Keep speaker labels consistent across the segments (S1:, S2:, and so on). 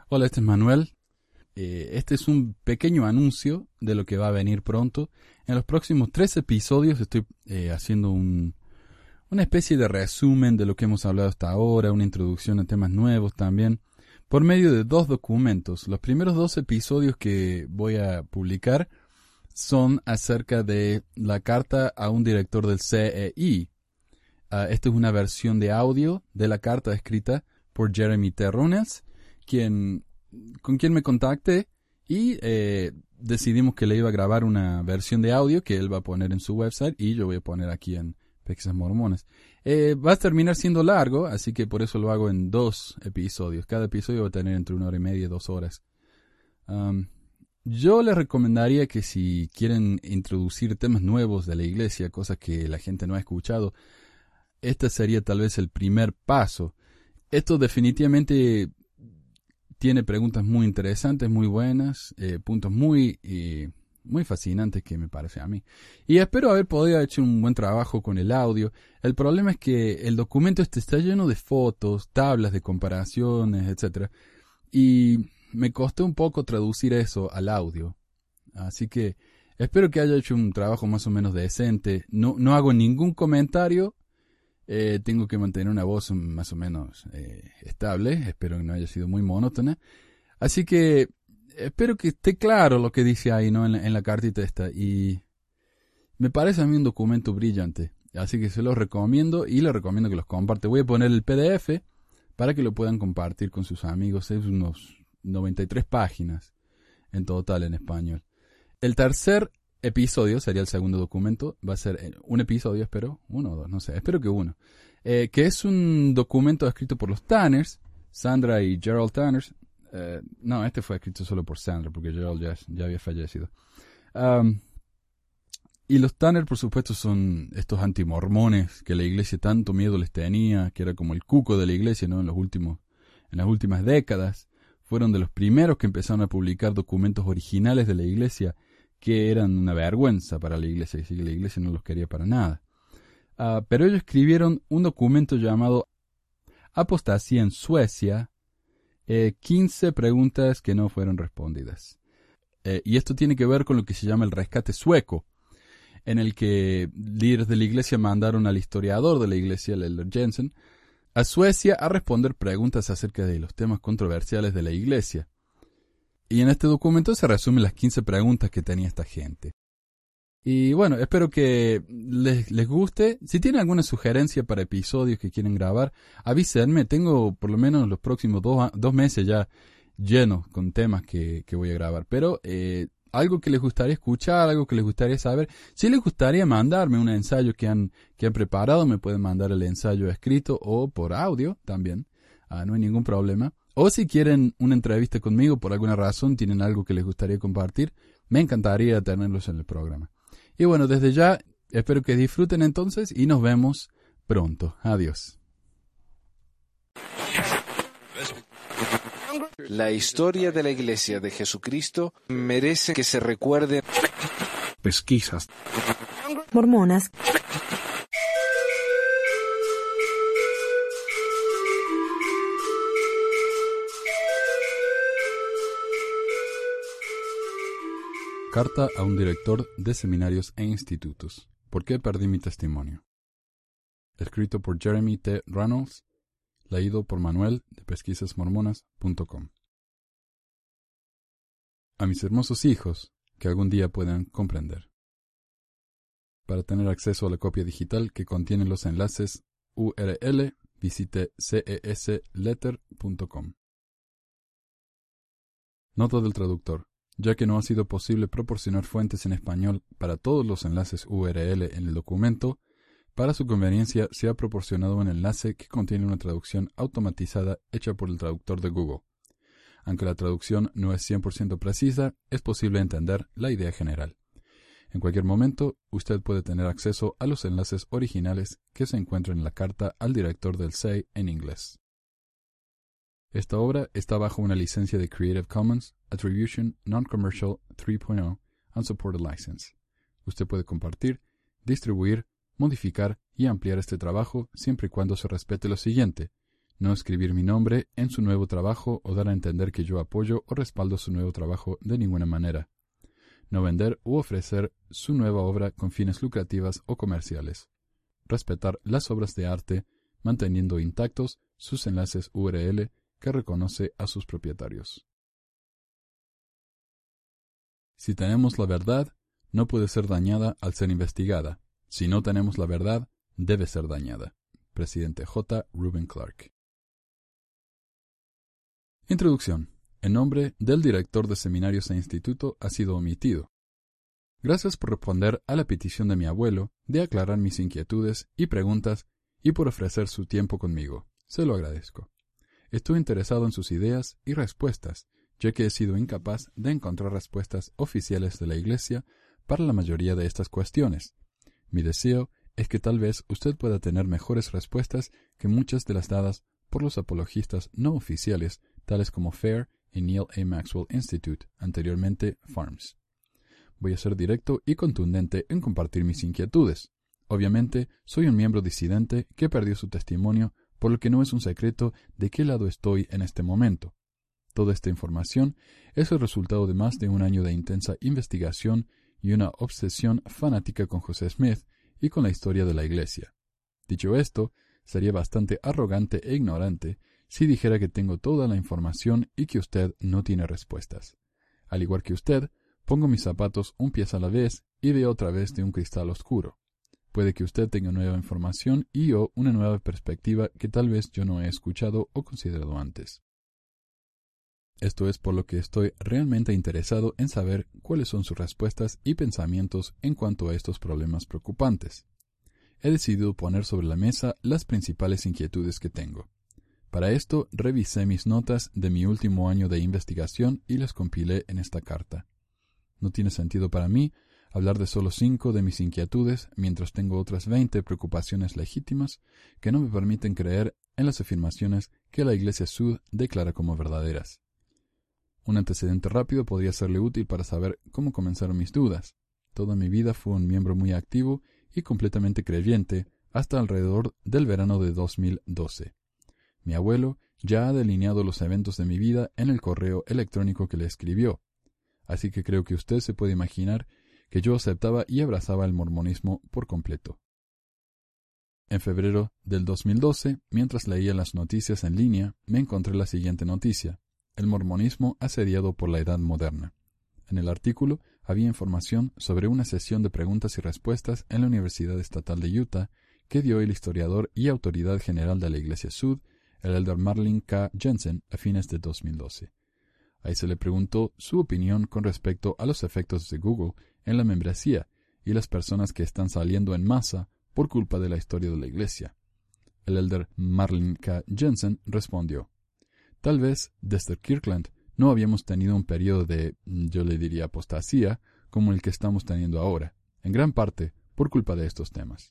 S1: Hola, este es Manuel. Este es un pequeño anuncio de lo que va a venir pronto. En los próximos 3 episodios estoy haciendo una especie de resumen de lo que hemos hablado hasta ahora, una introducción a temas nuevos también, por medio de 2 documentos. Los primeros 2 episodios que voy a publicar son acerca de la carta a un director del CEI. Esta es una versión de audio de la carta escrita por Jeremy T. Runnels, con quien me contacté y decidimos que le iba a grabar una versión de audio que él va a poner en su website y yo voy a poner aquí en Pesquisas Mormonas. Va a terminar siendo largo, así que por eso lo hago en 2 episodios. Cada episodio va a tener entre 1 hora y media y 2 horas. Yo les recomendaría que si quieren introducir temas nuevos de la iglesia, cosas que la gente no ha escuchado, este sería tal vez el primer paso. Esto definitivamente tiene preguntas muy interesantes, muy buenas, puntos muy fascinantes que me parece a mí. Y espero haber podido hacer un buen trabajo con el audio. El problema es que el documento está lleno de fotos, tablas de comparaciones, etc. Y me costó un poco traducir eso al audio. Así que espero que haya hecho un trabajo más o menos decente. No hago ningún comentario. Tengo que mantener una voz más o menos estable. Espero que no haya sido muy monótona. Así que espero que esté claro lo que dice ahí, ¿no? En la cartita esta. Y me parece a mí un documento brillante. Así que se los recomiendo y les recomiendo que los comparte. Voy a poner el PDF para que lo puedan compartir con sus amigos. Es unos 93 páginas en total en español. El tercer episodio sería el segundo documento. Va a ser un episodio, espero. 1 o 2, no sé. Espero que 1. Que es un documento escrito por los Tanners, Sandra y Gerald Tanners. No, este fue escrito solo por Sandra, porque Gerald ya había fallecido. Y los Tanner, por supuesto, son estos antimormones que la iglesia tanto miedo les tenía, que era como el cuco de la iglesia, ¿no? En las últimas décadas. Fueron de los primeros que empezaron a publicar documentos originales de la iglesia que eran una vergüenza para la iglesia, así que la iglesia no los quería para nada. Pero ellos escribieron un documento llamado Apostasía en Suecia, 15 preguntas que no fueron respondidas. Y esto tiene que ver con lo que se llama el rescate sueco, en el que líderes de la iglesia mandaron al historiador de la iglesia, el Elder Jensen, a Suecia a responder preguntas acerca de los temas controversiales de la iglesia. Y en este documento se resumen las 15 preguntas que tenía esta gente. Y bueno, espero que les guste. Si tienen alguna sugerencia para episodios que quieren grabar, avísenme. Tengo por lo menos los próximos 2 meses ya llenos con temas que voy a grabar. Pero algo que les gustaría escuchar, algo que les gustaría saber. Si les gustaría mandarme un ensayo que han preparado, me pueden mandar el ensayo escrito o por audio también. No hay ningún problema. O si quieren una entrevista conmigo por alguna razón, tienen algo que les gustaría compartir, me encantaría tenerlos en el programa. Y bueno, desde ya espero que disfruten entonces y nos vemos pronto. Adiós.
S2: La historia de la Iglesia de Jesucristo merece que se recuerde.
S3: Pesquisas
S4: Mormonas.
S1: Carta a un director de seminarios e institutos. ¿Por qué perdí mi testimonio? Escrito por Jeremy T. Runnels, leído por Manuel de pesquisasmormonas.com. A mis hermosos hijos, que algún día puedan comprender. Para tener acceso a la copia digital que contiene los enlaces URL, visite cesletter.com. Nota del traductor. Ya que no ha sido posible proporcionar fuentes en español para todos los enlaces URL en el documento, para su conveniencia se ha proporcionado un enlace que contiene una traducción automatizada hecha por el traductor de Google. Aunque la traducción no es 100% precisa, es posible entender la idea general. En cualquier momento, usted puede tener acceso a los enlaces originales que se encuentran en la carta al director del CEI en inglés. Esta obra está bajo una licencia de Creative Commons Attribution Non-Commercial 3.0 Unsupported License. Usted puede compartir, distribuir, modificar y ampliar este trabajo siempre y cuando se respete lo siguiente: No escribir mi nombre en su nuevo trabajo o dar a entender que yo apoyo o respaldo su nuevo trabajo de ninguna manera. No vender u ofrecer su nueva obra con fines lucrativas o comerciales. Respetar las obras de arte, manteniendo intactos sus enlaces URL que reconoce a sus propietarios. Si tenemos la verdad, no puede ser dañada al ser investigada. Si no tenemos la verdad, debe ser dañada. Presidente J. Reuben Clark. Introducción. El nombre del director de seminarios e instituto ha sido omitido. Gracias por responder a la petición de mi abuelo de aclarar mis inquietudes y preguntas y por ofrecer su tiempo conmigo. Se lo agradezco. Estoy interesado en sus ideas y respuestas, ya que he sido incapaz de encontrar respuestas oficiales de la Iglesia para la mayoría de estas cuestiones. Mi deseo es que tal vez usted pueda tener mejores respuestas que muchas de las dadas por los apologistas no oficiales, tales como Fair y Neil A. Maxwell Institute, anteriormente FARMS. Voy a ser directo y contundente en compartir mis inquietudes. Obviamente, soy un miembro disidente que perdió su testimonio, por lo que no es un secreto de qué lado estoy en este momento. Toda esta información es el resultado de más de un año de intensa investigación y una obsesión fanática con José Smith y con la historia de la Iglesia. Dicho esto, sería bastante arrogante e ignorante si dijera que tengo toda la información y que usted no tiene respuestas. Al igual que usted, pongo mis zapatos un pie a la vez y veo otra vez de un cristal oscuro. Puede que usted tenga nueva información y yo una nueva perspectiva que tal vez yo no he escuchado o considerado antes. Esto es por lo que estoy realmente interesado en saber cuáles son sus respuestas y pensamientos en cuanto a estos problemas preocupantes. He decidido poner sobre la mesa las principales inquietudes que tengo. Para esto, revisé mis notas de mi último año de investigación y las compilé en esta carta. No tiene sentido para mí hablar de solo 5 de mis inquietudes mientras tengo otras 20 preocupaciones legítimas que no me permiten creer en las afirmaciones que la Iglesia Sud declara como verdaderas. Un antecedente rápido podría serle útil para saber cómo comenzaron mis dudas. Toda mi vida fui un miembro muy activo y completamente creyente hasta alrededor del verano de 2012. Mi abuelo ya ha delineado los eventos de mi vida en el correo electrónico que le escribió, así que creo que usted se puede imaginar que yo aceptaba y abrazaba el mormonismo por completo. En febrero del 2012, mientras leía las noticias en línea, me encontré la siguiente noticia: el mormonismo asediado por la Edad Moderna. En el artículo había información sobre una sesión de preguntas y respuestas en la Universidad Estatal de Utah que dio el historiador y autoridad general de la Iglesia Sud, el elder Marlin K. Jensen, a fines de 2012. Ahí se le preguntó su opinión con respecto a los efectos de Google en la membresía y las personas que están saliendo en masa por culpa de la historia de la Iglesia. El elder Marlin K. Jensen respondió: tal vez desde Kirkland no habíamos tenido un periodo de, yo le diría, apostasía como el que estamos teniendo ahora, en gran parte por culpa de estos temas.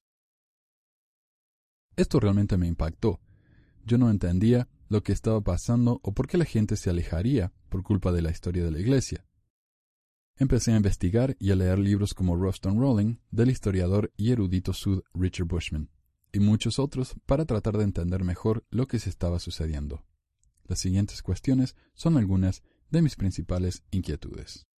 S1: Esto realmente me impactó. Yo no entendía lo que estaba pasando o por qué la gente se alejaría por culpa de la historia de la Iglesia. Empecé a investigar y a leer libros como Ruston Rolling del historiador y erudito sud Richard Bushman y muchos otros para tratar de entender mejor lo que se estaba sucediendo. Las siguientes cuestiones son algunas de mis principales inquietudes.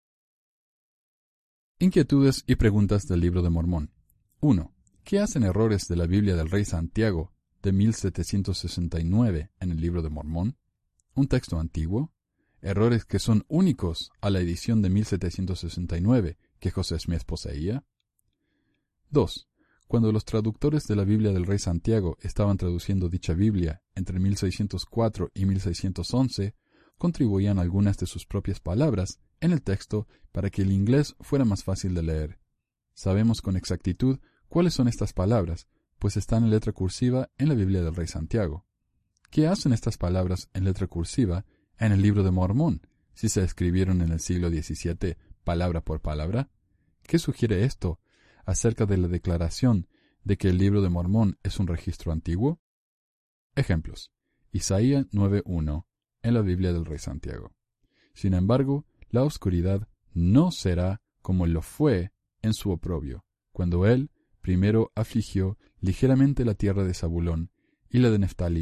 S1: Inquietudes y preguntas del Libro de Mormón. 1. ¿Qué hacen errores de la Biblia del Rey Santiago de 1769 en el Libro de Mormón? ¿Un texto antiguo? ¿Errores que son únicos a la edición de 1769 que José Smith poseía? 2. Cuando los traductores de la Biblia del Rey Santiago estaban traduciendo dicha Biblia entre 1604 y 1611, contribuían algunas de sus propias palabras en el texto para que el inglés fuera más fácil de leer. Sabemos con exactitud cuáles son estas palabras, pues están en letra cursiva en la Biblia del Rey Santiago. ¿Qué hacen estas palabras en letra cursiva en el Libro de Mormón, si se escribieron en el siglo XVII palabra por palabra? ¿Qué sugiere esto acerca de la declaración de que el Libro de Mormón es un registro antiguo? Ejemplos. Isaías 9:1 en la Biblia del Rey Santiago. Sin embargo, la oscuridad no será como lo fue en su oprobio, cuando él primero afligió ligeramente la tierra de Zabulón y la de Neftalí,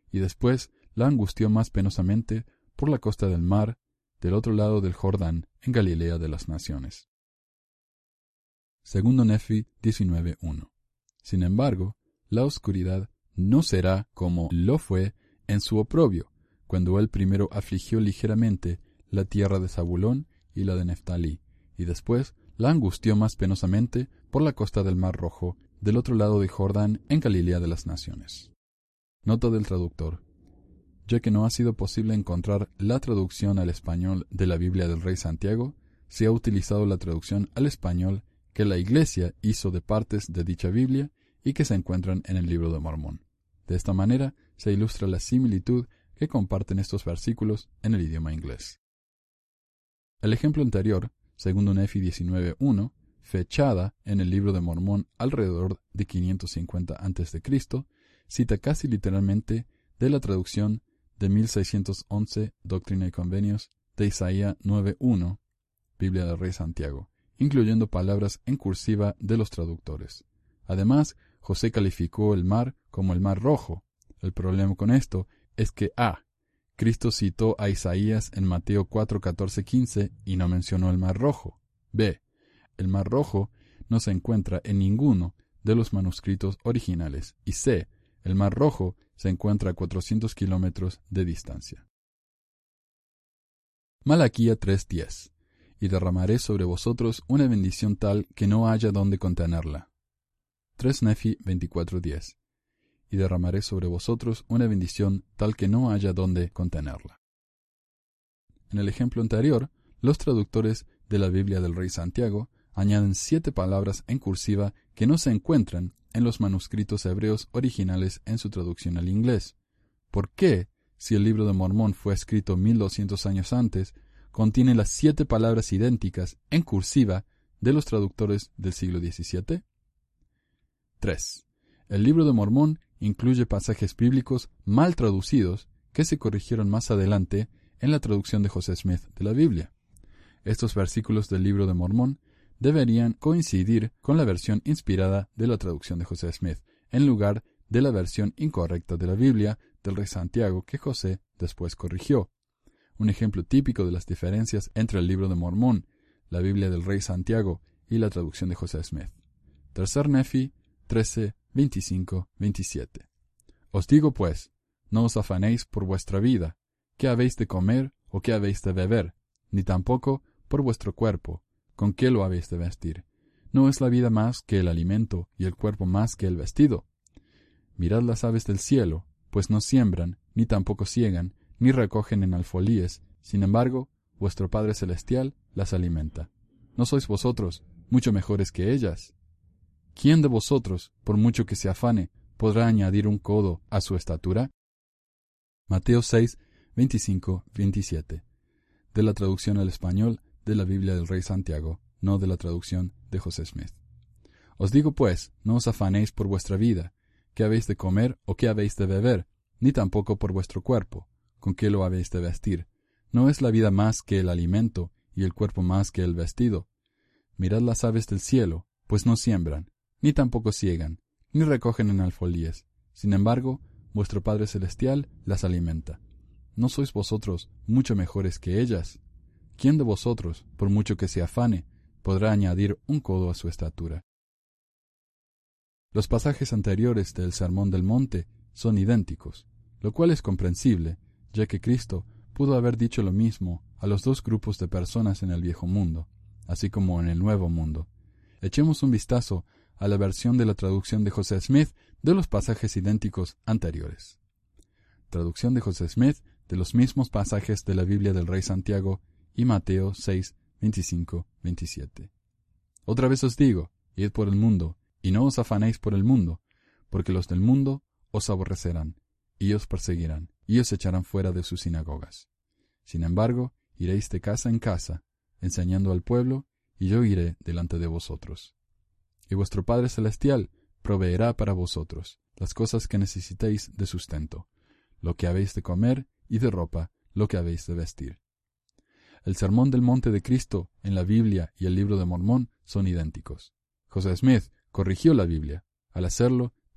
S1: y después la angustió más penosamente por la costa del mar, del otro lado del Jordán, en Galilea de las naciones. Segundo Nefi 19:1. Sin embargo, la oscuridad no será como lo fue en su oprobio, cuando él primero afligió ligeramente la tierra de Zabulón y la de Neftalí, y después la angustió más penosamente por la costa del Mar Rojo, del otro lado de Jordán, en Galilea de las naciones. Nota del traductor. Ya que no ha sido posible encontrar la traducción al español de la Biblia del Rey Santiago, se ha utilizado la traducción al español que la Iglesia hizo de partes de dicha Biblia y que se encuentran en el Libro de Mormón. De esta manera se ilustra la similitud que comparten estos versículos en el idioma inglés. El ejemplo anterior, segundo Nefi 19:1, fechada en el Libro de Mormón alrededor de 550 a.C., cita casi literalmente de la traducción de 1611, Doctrina y Convenios, de Isaías 9:1, Biblia del Rey Santiago, incluyendo palabras en cursiva de los traductores. Además, José calificó el mar como el Mar Rojo. El problema con esto es que A. Cristo citó a Isaías en Mateo 4:14-15 y no mencionó el Mar Rojo. B. El Mar Rojo no se encuentra en ninguno de los manuscritos originales. Y C. El Mar Rojo se encuentra a 400 kilómetros de distancia. Malaquía 3:10. Y derramaré sobre vosotros una bendición tal que no haya donde contenerla. 3 Nefi 24:10. Y derramaré sobre vosotros una bendición tal que no haya donde contenerla. En el ejemplo anterior, los traductores de la Biblia del Rey Santiago añaden 7 palabras en cursiva que no se encuentran en los manuscritos hebreos originales en su traducción al inglés. ¿Por qué, si el Libro de Mormón fue escrito 1200 años antes, contiene las 7 palabras idénticas en cursiva de los traductores del siglo XVII? 3. El Libro de Mormón incluye pasajes bíblicos mal traducidos que se corrigieron más adelante en la traducción de José Smith de la Biblia. Estos versículos del Libro de Mormón deberían coincidir con la versión inspirada de la traducción de José Smith, en lugar de la versión incorrecta de la Biblia del Rey Santiago que José después corrigió. Un ejemplo típico de las diferencias entre el Libro de Mormón, la Biblia del Rey Santiago y la traducción de José Smith. 3 Nefi 13:25-27. Os digo pues, no os afanéis por vuestra vida, qué habéis de comer o qué habéis de beber, ni tampoco por vuestro cuerpo, con qué lo habéis de vestir. ¿No es la vida más que el alimento y el cuerpo más que el vestido? Mirad las aves del cielo, pues no siembran, ni tampoco siegan, ni recogen en alfolíes, sin embargo, vuestro Padre Celestial las alimenta. ¿No sois vosotros mucho mejores que ellas? ¿Quién de vosotros, por mucho que se afane, podrá añadir un codo a su estatura? Mateo 6:25-27. De la traducción al español de la Biblia del Rey Santiago, no de la traducción de José Smith. Os digo pues, no os afanéis por vuestra vida, qué habéis de comer o qué habéis de beber, ni tampoco por vuestro cuerpo, con qué lo habéis de vestir. ¿No es la vida más que el alimento y el cuerpo más que el vestido? Mirad las aves del cielo, pues no siembran, ni tampoco siegan, ni recogen en alfolíes. Sin embargo, vuestro Padre Celestial las alimenta. ¿No sois vosotros mucho mejores que ellas? ¿Quién de vosotros, por mucho que se afane, podrá añadir un codo a su estatura? Los pasajes anteriores del Sermón del Monte son idénticos, lo cual es comprensible, ya que Cristo pudo haber dicho lo mismo a los dos grupos de personas en el Viejo Mundo, así como en el Nuevo Mundo. Echemos un vistazo a la versión de la traducción de José Smith de los pasajes idénticos anteriores. Traducción de José Smith de los mismos pasajes de la Biblia del Rey Santiago y Mateo 6:25-27. Otra vez os digo, id por el mundo, y no os afanéis por el mundo, porque los del mundo os aborrecerán, y os perseguirán, y os echarán fuera de sus sinagogas. Sin embargo, iréis de casa en casa, enseñando al pueblo, y yo iré delante de vosotros. Y vuestro Padre Celestial proveerá para vosotros las cosas que necesitéis de sustento, lo que habéis de comer, y de ropa, lo que habéis de vestir. El Sermón del Monte de Cristo en la Biblia y el Libro de Mormón son idénticos. José Smith corrigió la Biblia. Al hacerlo,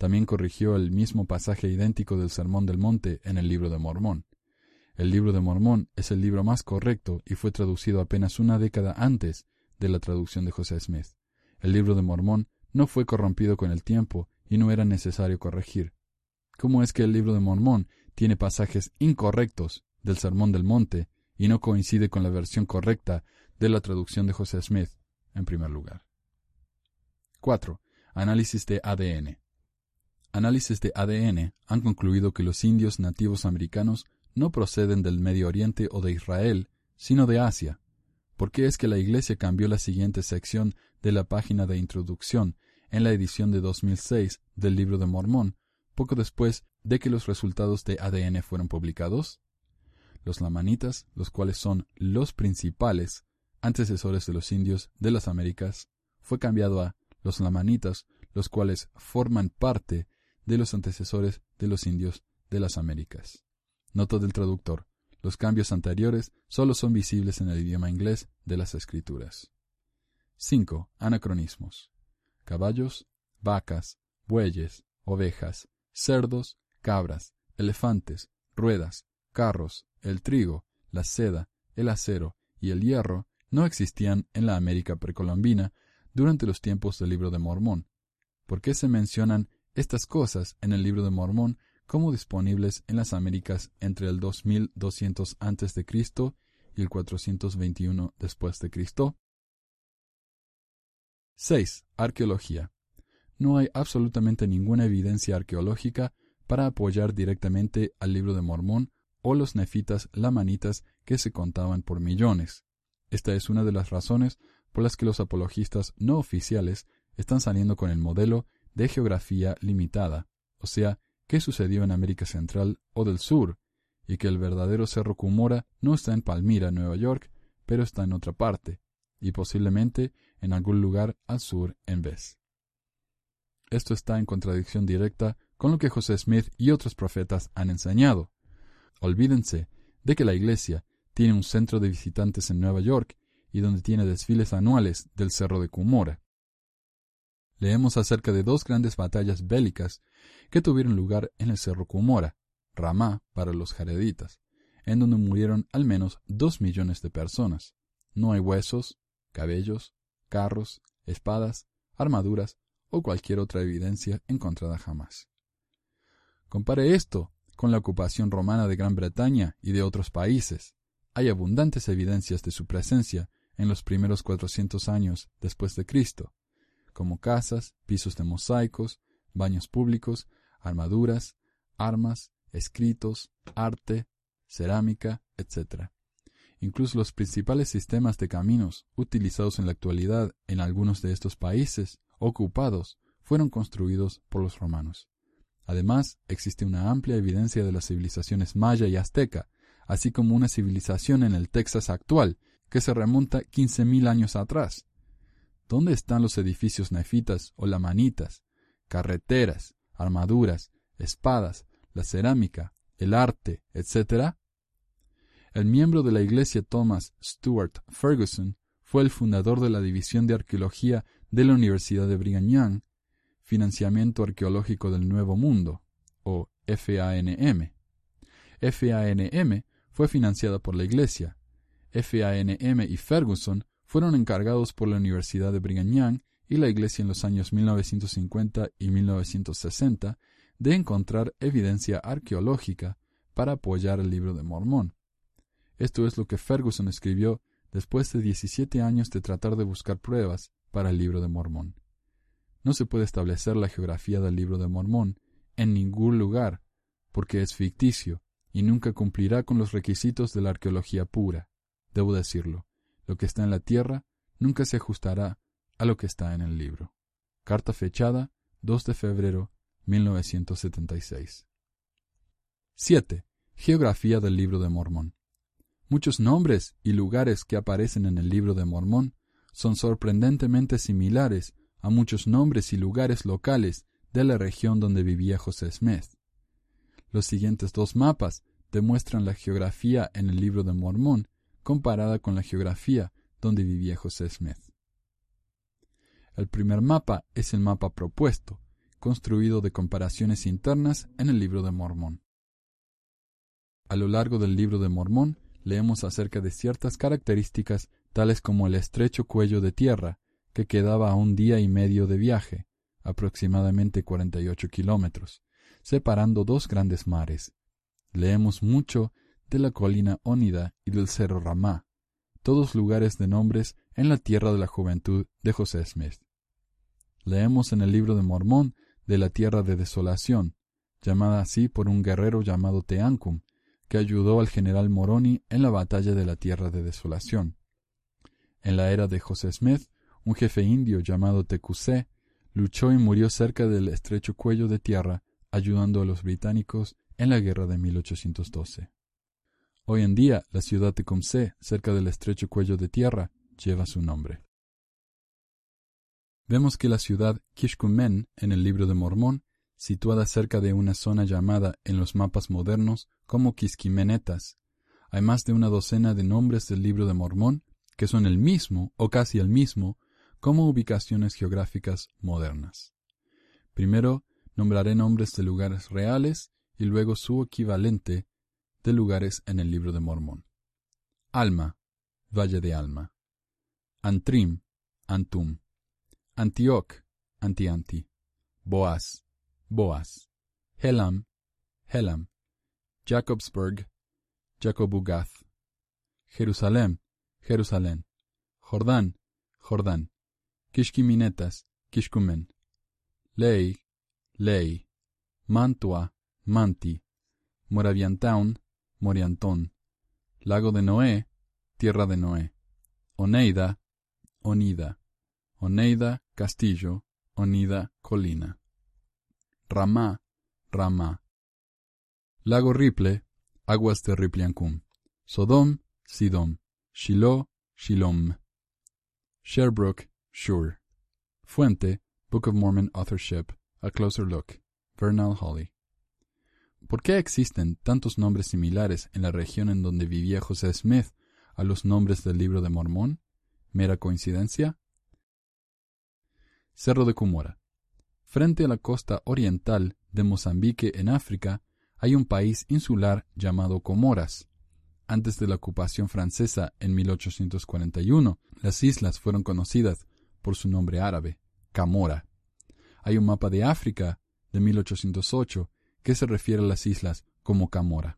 S1: También corrigió el mismo pasaje idéntico del Sermón del Monte en el Libro de Mormón. El Libro de Mormón es el libro más correcto y fue traducido apenas una década antes de la traducción de José Smith. El Libro de Mormón no fue corrompido con el tiempo y no era necesario corregir. ¿Cómo es que el Libro de Mormón tiene pasajes incorrectos del Sermón del Monte y no coincide con la versión correcta de la traducción de José Smith, en primer lugar? 4. Análisis de ADN. Análisis de ADN han concluido que los indios nativos americanos no proceden del Medio Oriente o de Israel, sino de Asia. ¿Por qué es que la Iglesia cambió la siguiente sección de la página de introducción en la edición de 2006 del Libro de Mormón, poco después de que los resultados de ADN fueron publicados? Los lamanitas, los cuales son los principales antecesores de los indios de las Américas, fue cambiado a los lamanitas, los cuales forman parte de los antecesores de los indios de las Américas. Nota del traductor: los cambios anteriores solo son visibles en el idioma inglés de las Escrituras. 5. Anacronismos. Caballos, vacas, bueyes, ovejas, cerdos, cabras, elefantes, ruedas, carros, el trigo, la seda, el acero y el hierro no existían en la América precolombina durante los tiempos del Libro de Mormón. ¿Por qué se mencionan estas cosas en el Libro de Mormón como disponibles en las Américas entre el 2200 a.C. y el 421 después de Cristo? 6. Arqueología. No hay absolutamente ninguna evidencia arqueológica para apoyar directamente al Libro de Mormón o los nefitas lamanitas que se contaban por millones. Esta es una de las razones por las que los apologistas no oficiales están saliendo con el modelo de geografía limitada, o sea, qué sucedió en América Central o del Sur, y que el verdadero Cerro Cumorah no está en Palmyra, Nueva York, pero está en otra parte, y posiblemente en algún lugar al sur en vez. Esto está en contradicción directa con lo que José Smith y otros profetas han enseñado. Olvídense de que la Iglesia tiene un centro de visitantes en Nueva York y donde tiene desfiles anuales del Cerro de Cumorah. Leemos acerca de 2 grandes batallas bélicas que tuvieron lugar en el Cerro Cumorah, Ramá para los jareditas, en donde murieron al menos 2 millones de personas. No hay huesos, cabellos, carros, espadas, armaduras o cualquier otra evidencia encontrada jamás. Compare esto con la ocupación romana de Gran Bretaña y de otros países. Hay abundantes evidencias de su presencia en los primeros 400 años después de Cristo, como casas, pisos de mosaicos, baños públicos, armaduras, armas, escritos, arte, cerámica, etc. Incluso los principales sistemas de caminos utilizados en la actualidad en algunos de estos países ocupados fueron construidos por los romanos. Además, existe una amplia evidencia de las civilizaciones maya y azteca, así como una civilización en el Texas actual que se remonta 15.000 años atrás. ¿Dónde están los edificios nefitas o lamanitas, carreteras, armaduras, espadas, la cerámica, el arte, etc.? El miembro de la Iglesia Thomas Stuart Ferguson fue el fundador de la División de Arqueología de la Universidad de Brigham Young, Financiamiento Arqueológico del Nuevo Mundo, o FANM. FANM fue financiada por la Iglesia. FANM y Ferguson fueron encargados por la Universidad de Brigham Young y la Iglesia en los años 1950 y 1960 de encontrar evidencia arqueológica para apoyar el Libro de Mormón. Esto es lo que Ferguson escribió después de 17 años de tratar de buscar pruebas para el Libro de Mormón. No se puede establecer la geografía del Libro de Mormón en ningún lugar, porque es ficticio y nunca cumplirá con los requisitos de la arqueología pura. Debo decirlo, lo que está en la tierra nunca se ajustará a lo que está en el libro. Carta fechada 2 de febrero 1976. 7. Geografía del Libro de Mormón. Muchos nombres y lugares que aparecen en el Libro de Mormón son sorprendentemente similares a muchos nombres y lugares locales de la región donde vivía José Smith. Los siguientes 2 mapas demuestran la geografía en el Libro de Mormón comparada con la geografía donde vivía José Smith. El primer mapa es el mapa propuesto, construido de comparaciones internas en el Libro de Mormón. A lo largo del Libro de Mormón leemos acerca de ciertas características tales como el estrecho cuello de tierra, que quedaba a 1 día y medio de viaje, aproximadamente 48 kilómetros, separando 2 grandes mares. Leemos mucho de la colina Ónida y del cerro Ramá, todos lugares de nombres en la tierra de la juventud de José Smith. Leemos en el Libro de Mormón de la tierra de desolación, llamada así por un guerrero llamado Teancum, que ayudó al general Moroni en la batalla de la tierra de desolación. En la era de José Smith, un jefe indio llamado Tecumseh luchó y murió cerca del estrecho cuello de tierra, ayudando a los británicos en la guerra de 1812. Hoy en día, la ciudad de Tecumseh, cerca del estrecho cuello de tierra, lleva su nombre. Vemos que la ciudad Kishkumen, en el Libro de Mormón, situada cerca de una zona llamada en los mapas modernos como Quisquimenetas. Hay más de una docena de nombres del Libro de Mormón que son el mismo o casi el mismo como ubicaciones geográficas modernas. Primero, nombraré nombres de lugares reales y luego su equivalente de lugares en el Libro de Mormón. Alma, Valle de Alma. Antrim, Antum. Antioch, Anti-Anti. Boaz, Boaz. Helam, Helam. Jacobsburg, Jacobugath. Jerusalén, Jerusalén. Jordán, Jordán. Quisquiminetas, Quiscumen. Lei, Lei. Mantua, Manti. Moraviantown, Moriantón. Lago de Noé, tierra de Noé. Oneida, Onida. Oneida, castillo. Onida, colina. Ramá, Ramá. Lago Riple, aguas de Ripliancum. Sodom, Sidom. Shiloh, Shilom. Sherbrooke, Shur. Fuente, Book of Mormon Authorship, A Closer Look, Vernal Holly. ¿Por qué existen tantos nombres similares en la región en donde vivía José Smith a los nombres del Libro de Mormón? ¿Mera coincidencia? Cerro de Cumora. Frente a la costa oriental de Mozambique en África, hay un país insular llamado Comoras. Antes de la ocupación francesa en 1841, las islas fueron conocidas por su nombre árabe, Camora. Hay un mapa de África de 1808 que se refiere a las islas como Camora.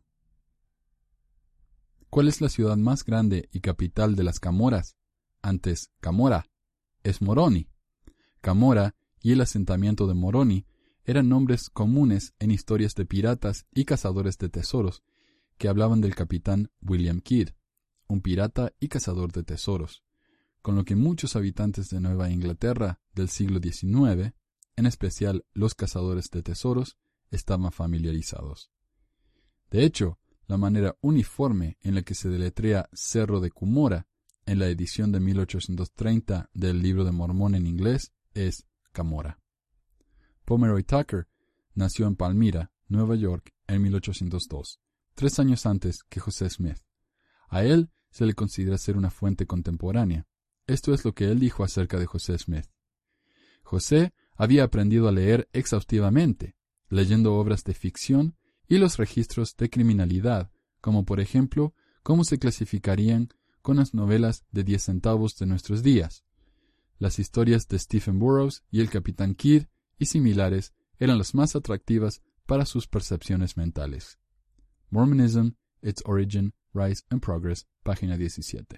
S1: ¿Cuál es la ciudad más grande y capital de las Camoras? Antes Camora. Es Moroni. Camora y el asentamiento de Moroni eran nombres comunes en historias de piratas y cazadores de tesoros que hablaban del capitán William Kidd, un pirata y cazador de tesoros, con lo que muchos habitantes de Nueva Inglaterra del siglo XIX, en especial los cazadores de tesoros, estaban familiarizados. De hecho, la manera uniforme en la que se deletrea Cerro de Cumora en la edición de 1830 del Libro de Mormón en inglés es Camora. Pomeroy Tucker nació en Palmyra, Nueva York, en 1802, 3 años antes que José Smith. A él se le considera ser una fuente contemporánea. Esto es lo que él dijo acerca de José Smith. José había aprendido a leer exhaustivamente, leyendo obras de ficción y los registros de criminalidad, como por ejemplo, cómo se clasificarían con las novelas de 10 centavos de nuestros días. Las historias de Stephen Burroughs y el Capitán Kidd y similares eran las más atractivas para sus percepciones mentales. Mormonism, Its Origin, Rise and Progress, página 17.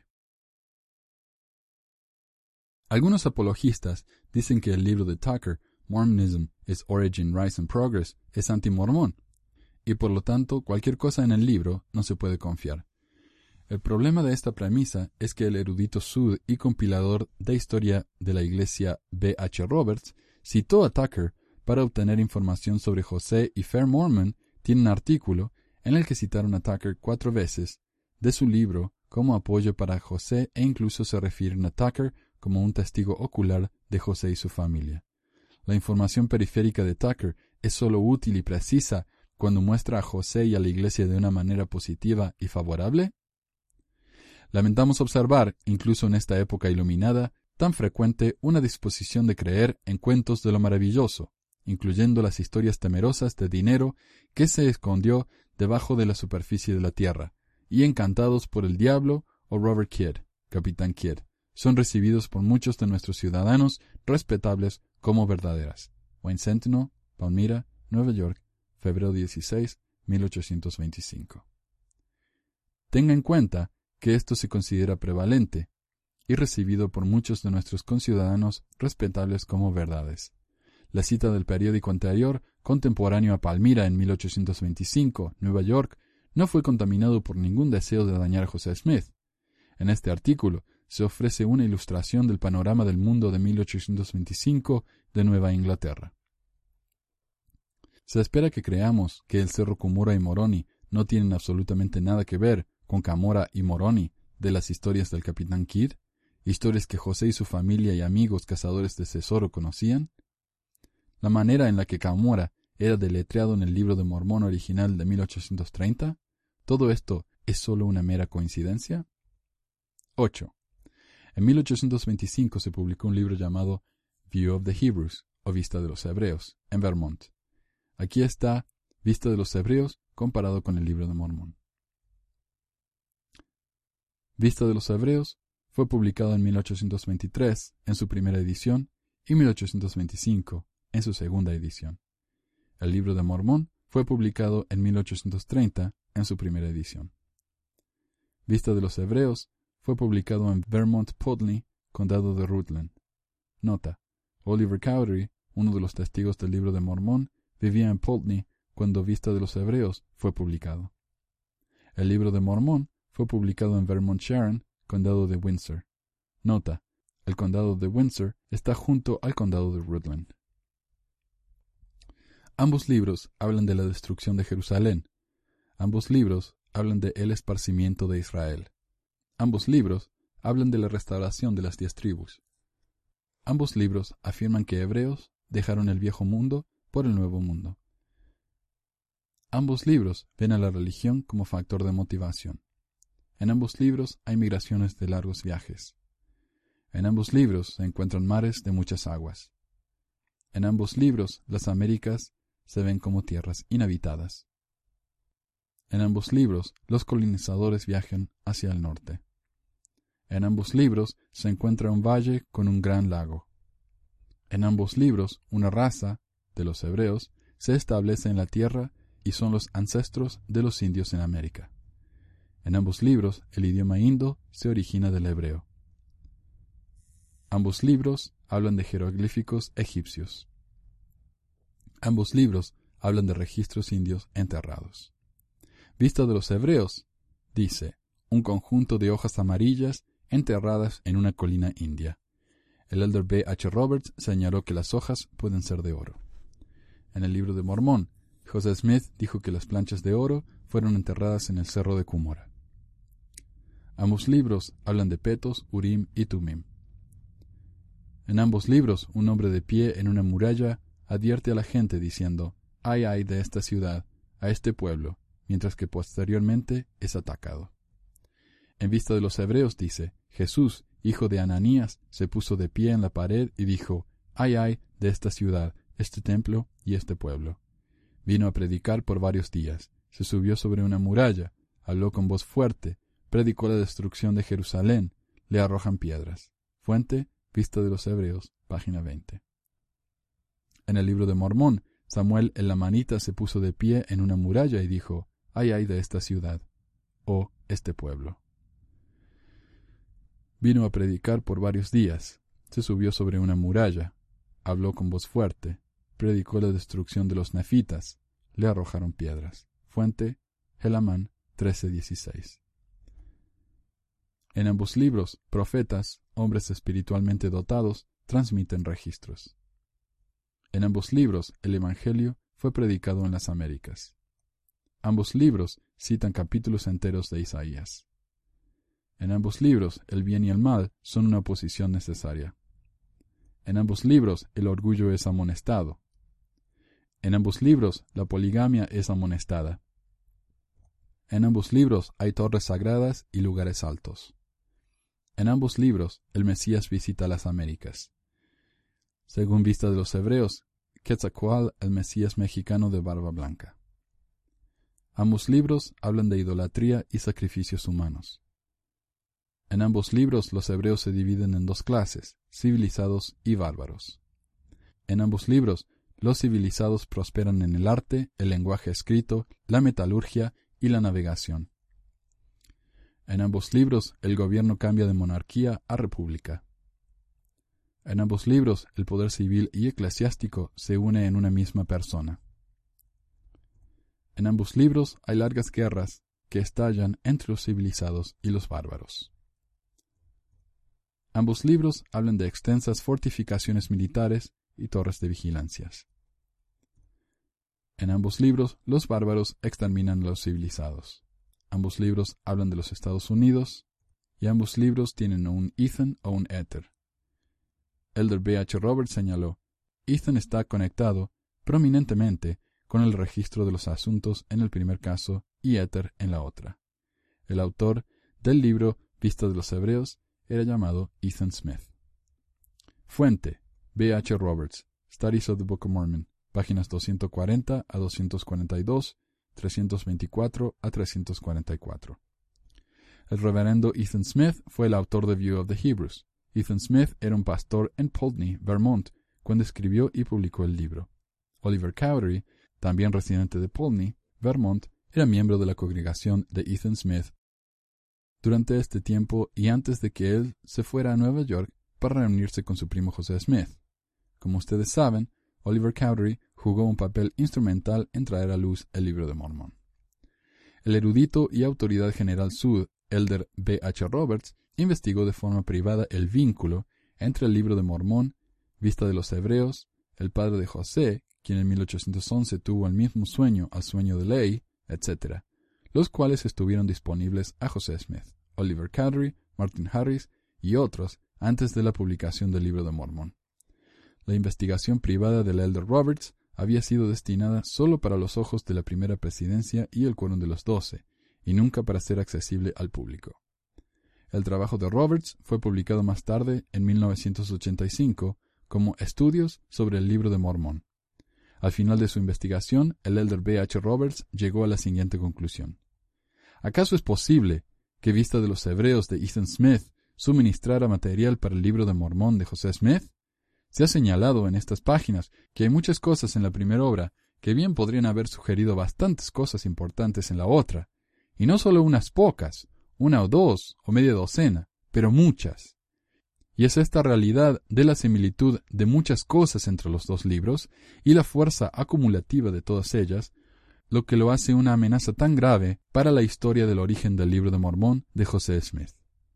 S1: Algunos apologistas dicen que el libro de Tucker, Mormonism, Its Origin, Rise and Progress, es antimormón, y por lo tanto cualquier cosa en el libro no se puede confiar. El problema de esta premisa es que el erudito sud y compilador de historia de la iglesia B. H. Roberts citó a Tucker para obtener información sobre José y Fair Mormon. Tiene un artículo en el que citaron a Tucker 4 veces de su libro como apoyo para José e incluso se refieren a Tucker como un testigo ocular de José y su familia. La información periférica de Tucker es solo útil y precisa cuando muestra a José y a la iglesia de una manera positiva y favorable. Lamentamos observar, incluso en esta época iluminada, tan frecuente una disposición de creer en cuentos de lo maravilloso, incluyendo las historias temerosas de dinero que se escondió debajo de la superficie de la tierra, y Encantados por el Diablo o Robert Kidd, Capitán Kidd, son recibidos por muchos de nuestros ciudadanos respetables como verdaderas. Wayne Sentinel, Palmyra, Nueva York, febrero 16, 1825. Tenga en cuenta que esto se considera prevalente y recibido por muchos de nuestros conciudadanos respetables como verdades. La cita del periódico anterior, contemporáneo a Palmyra en 1825, Nueva York, no fue contaminado por ningún deseo de dañar a José Smith. En este artículo se ofrece una ilustración del panorama del mundo de 1825 de Nueva Inglaterra. Se espera que creamos que el Cerro Cumorah y Moroni no tienen absolutamente nada que ver con Camorra y Moroni de las historias del Capitán Kidd, historias que José y su familia y amigos cazadores de tesoro conocían. La manera en la que Camorra era deletreado en el Libro de Mormón original de 1830, ¿todo esto es solo una mera coincidencia? 8. En 1825 se publicó un libro llamado View of the Hebrews, o Vista de los Hebreos, en Vermont. Aquí está Vista de los Hebreos comparado con el Libro de Mormón. Vista de los Hebreos fue publicado en 1823 en su primera edición y 1825 en su segunda edición. El Libro de Mormón fue publicado en 1830 en su primera edición. Vista de los Hebreos fue publicado en Vermont Putney, condado de Rutland. Nota: Oliver Cowdery, uno de los testigos del Libro de Mormón, vivía en Putney cuando Vista de los Hebreos fue publicado. El Libro de Mormón fue publicado en Vermont Sharon, condado de Windsor. Nota: el condado de Windsor está junto al condado de Rutland. Ambos libros hablan de la destrucción de Jerusalén. Ambos libros hablan de el esparcimiento de Israel. Ambos libros hablan de la restauración de las 10 tribus. Ambos libros afirman que hebreos dejaron el viejo mundo por el nuevo mundo. Ambos libros ven a la religión como factor de motivación. En ambos libros hay migraciones de largos viajes. En ambos libros se encuentran mares de muchas aguas. En ambos libros las Américas se ven como tierras inhabitadas. En ambos libros los colonizadores viajan hacia el norte. En ambos libros se encuentra un valle con un gran lago. En ambos libros una raza, de los hebreos, se establece en la tierra y son los ancestros de los indios en América. En ambos libros el idioma indo se origina del hebreo. Ambos libros hablan de jeroglíficos egipcios. Ambos libros hablan de registros indios enterrados. Vista de los Hebreos, dice, un conjunto de hojas amarillas enterradas en una colina india. El elder B. H. Roberts señaló que las hojas pueden ser de oro. En el Libro de Mormón, José Smith dijo que las planchas de oro fueron enterradas en el Cerro de Cumorah. Ambos libros hablan de Petos, Urim y Tumim. En ambos libros, un hombre de pie en una muralla advierte a la gente diciendo, «Ay, ay de esta ciudad, a este pueblo», mientras que posteriormente es atacado. En Vista de los Hebreos dice, Jesús, hijo de Ananías, se puso de pie en la pared y dijo, «Ay, ay de esta ciudad, este templo y este pueblo». Vino a predicar por varios días, se subió sobre una muralla, habló con voz fuerte, predicó la destrucción de Jerusalén, le arrojan piedras. Fuente, Vista de los Hebreos, página 20. En el Libro de Mormón, Samuel el Lamanita se puso de pie en una muralla y dijo, «Ay, ay de esta ciudad, o este pueblo». Vino a predicar por varios días, se subió sobre una muralla, habló con voz fuerte, predicó la destrucción de los nefitas, le arrojaron piedras. Fuente, Helamán 13:16. En ambos libros, profetas, hombres espiritualmente dotados, transmiten registros. En ambos libros, el Evangelio fue predicado en las Américas. Ambos libros citan capítulos enteros de Isaías. En ambos libros, el bien y el mal son una oposición necesaria. En ambos libros, el orgullo es amonestado. En ambos libros, la poligamia es amonestada. En ambos libros hay torres sagradas y lugares altos. En ambos libros, el Mesías visita las Américas. Según Vista de los Hebreos, Quetzalcóatl, el Mesías mexicano de barba blanca. Ambos libros hablan de idolatría y sacrificios humanos. En ambos libros los hebreos se dividen en dos clases, civilizados y bárbaros. En ambos libros, los civilizados prosperan en el arte, el lenguaje escrito, la metalurgia y la navegación. En ambos libros, el gobierno cambia de monarquía a república. En ambos libros, el poder civil y eclesiástico se une en una misma persona. En ambos libros hay largas guerras que estallan entre los civilizados y los bárbaros. Ambos libros hablan de extensas fortificaciones militares y torres de vigilancias. En ambos libros, los bárbaros exterminan a los civilizados. Ambos libros hablan de los Estados Unidos, y ambos libros tienen un Ethan o un Éter. Elder B. H. Roberts señaló, Ethan está conectado prominentemente con el registro de los asuntos en el primer caso y Éter en la otra. El autor del libro Vista de los Hebreos era llamado Ethan Smith. Fuente: B. H. Roberts, Studies of the Book of Mormon, páginas 240 a 242, 324 a 344. El reverendo Ethan Smith fue el autor de View of the Hebrews. Ethan Smith era un pastor en Poultney, Vermont, cuando escribió y publicó el libro. Oliver Cowdery, también residente de Poultney, Vermont, era miembro de la congregación de Ethan Smith durante este tiempo y antes de que él se fuera a Nueva York para reunirse con su primo José Smith. Como ustedes saben, Oliver Cowdery jugó un papel instrumental en traer a luz el Libro de Mormón. El erudito y autoridad general Sud, Elder B. H. Roberts, investigó de forma privada el vínculo entre el Libro de Mormón, Vista de los Hebreos, el padre de José, quien en 1811 tuvo el mismo sueño al sueño de Ley, etc., los cuales estuvieron disponibles a José Smith, Oliver Cowdery, Martin Harris y otros antes de la publicación del Libro de Mormón. La investigación privada del Elder Roberts había sido destinada solo para los ojos de la primera presidencia y el quórum de los 12, y nunca para ser accesible al público. El trabajo de Roberts fue publicado más tarde, en 1985, como Estudios sobre el Libro de Mormón. Al final de su investigación, el Elder B. H. Roberts llegó a la siguiente conclusión. ¿Acaso es posible que Vista de los Hebreos de Ethan Smith suministrara material para el Libro de Mormón de José Smith? Se ha señalado en estas páginas que hay muchas cosas en la primera obra que bien podrían haber sugerido bastantes cosas importantes en la otra, y no solo unas pocas, una o dos o media docena, pero muchas. Y es esta realidad de la similitud de muchas cosas entre los dos libros y la fuerza acumulativa de todas ellas lo que lo hace una amenaza tan grave para la historia del origen del Libro de Mormón de José Smith.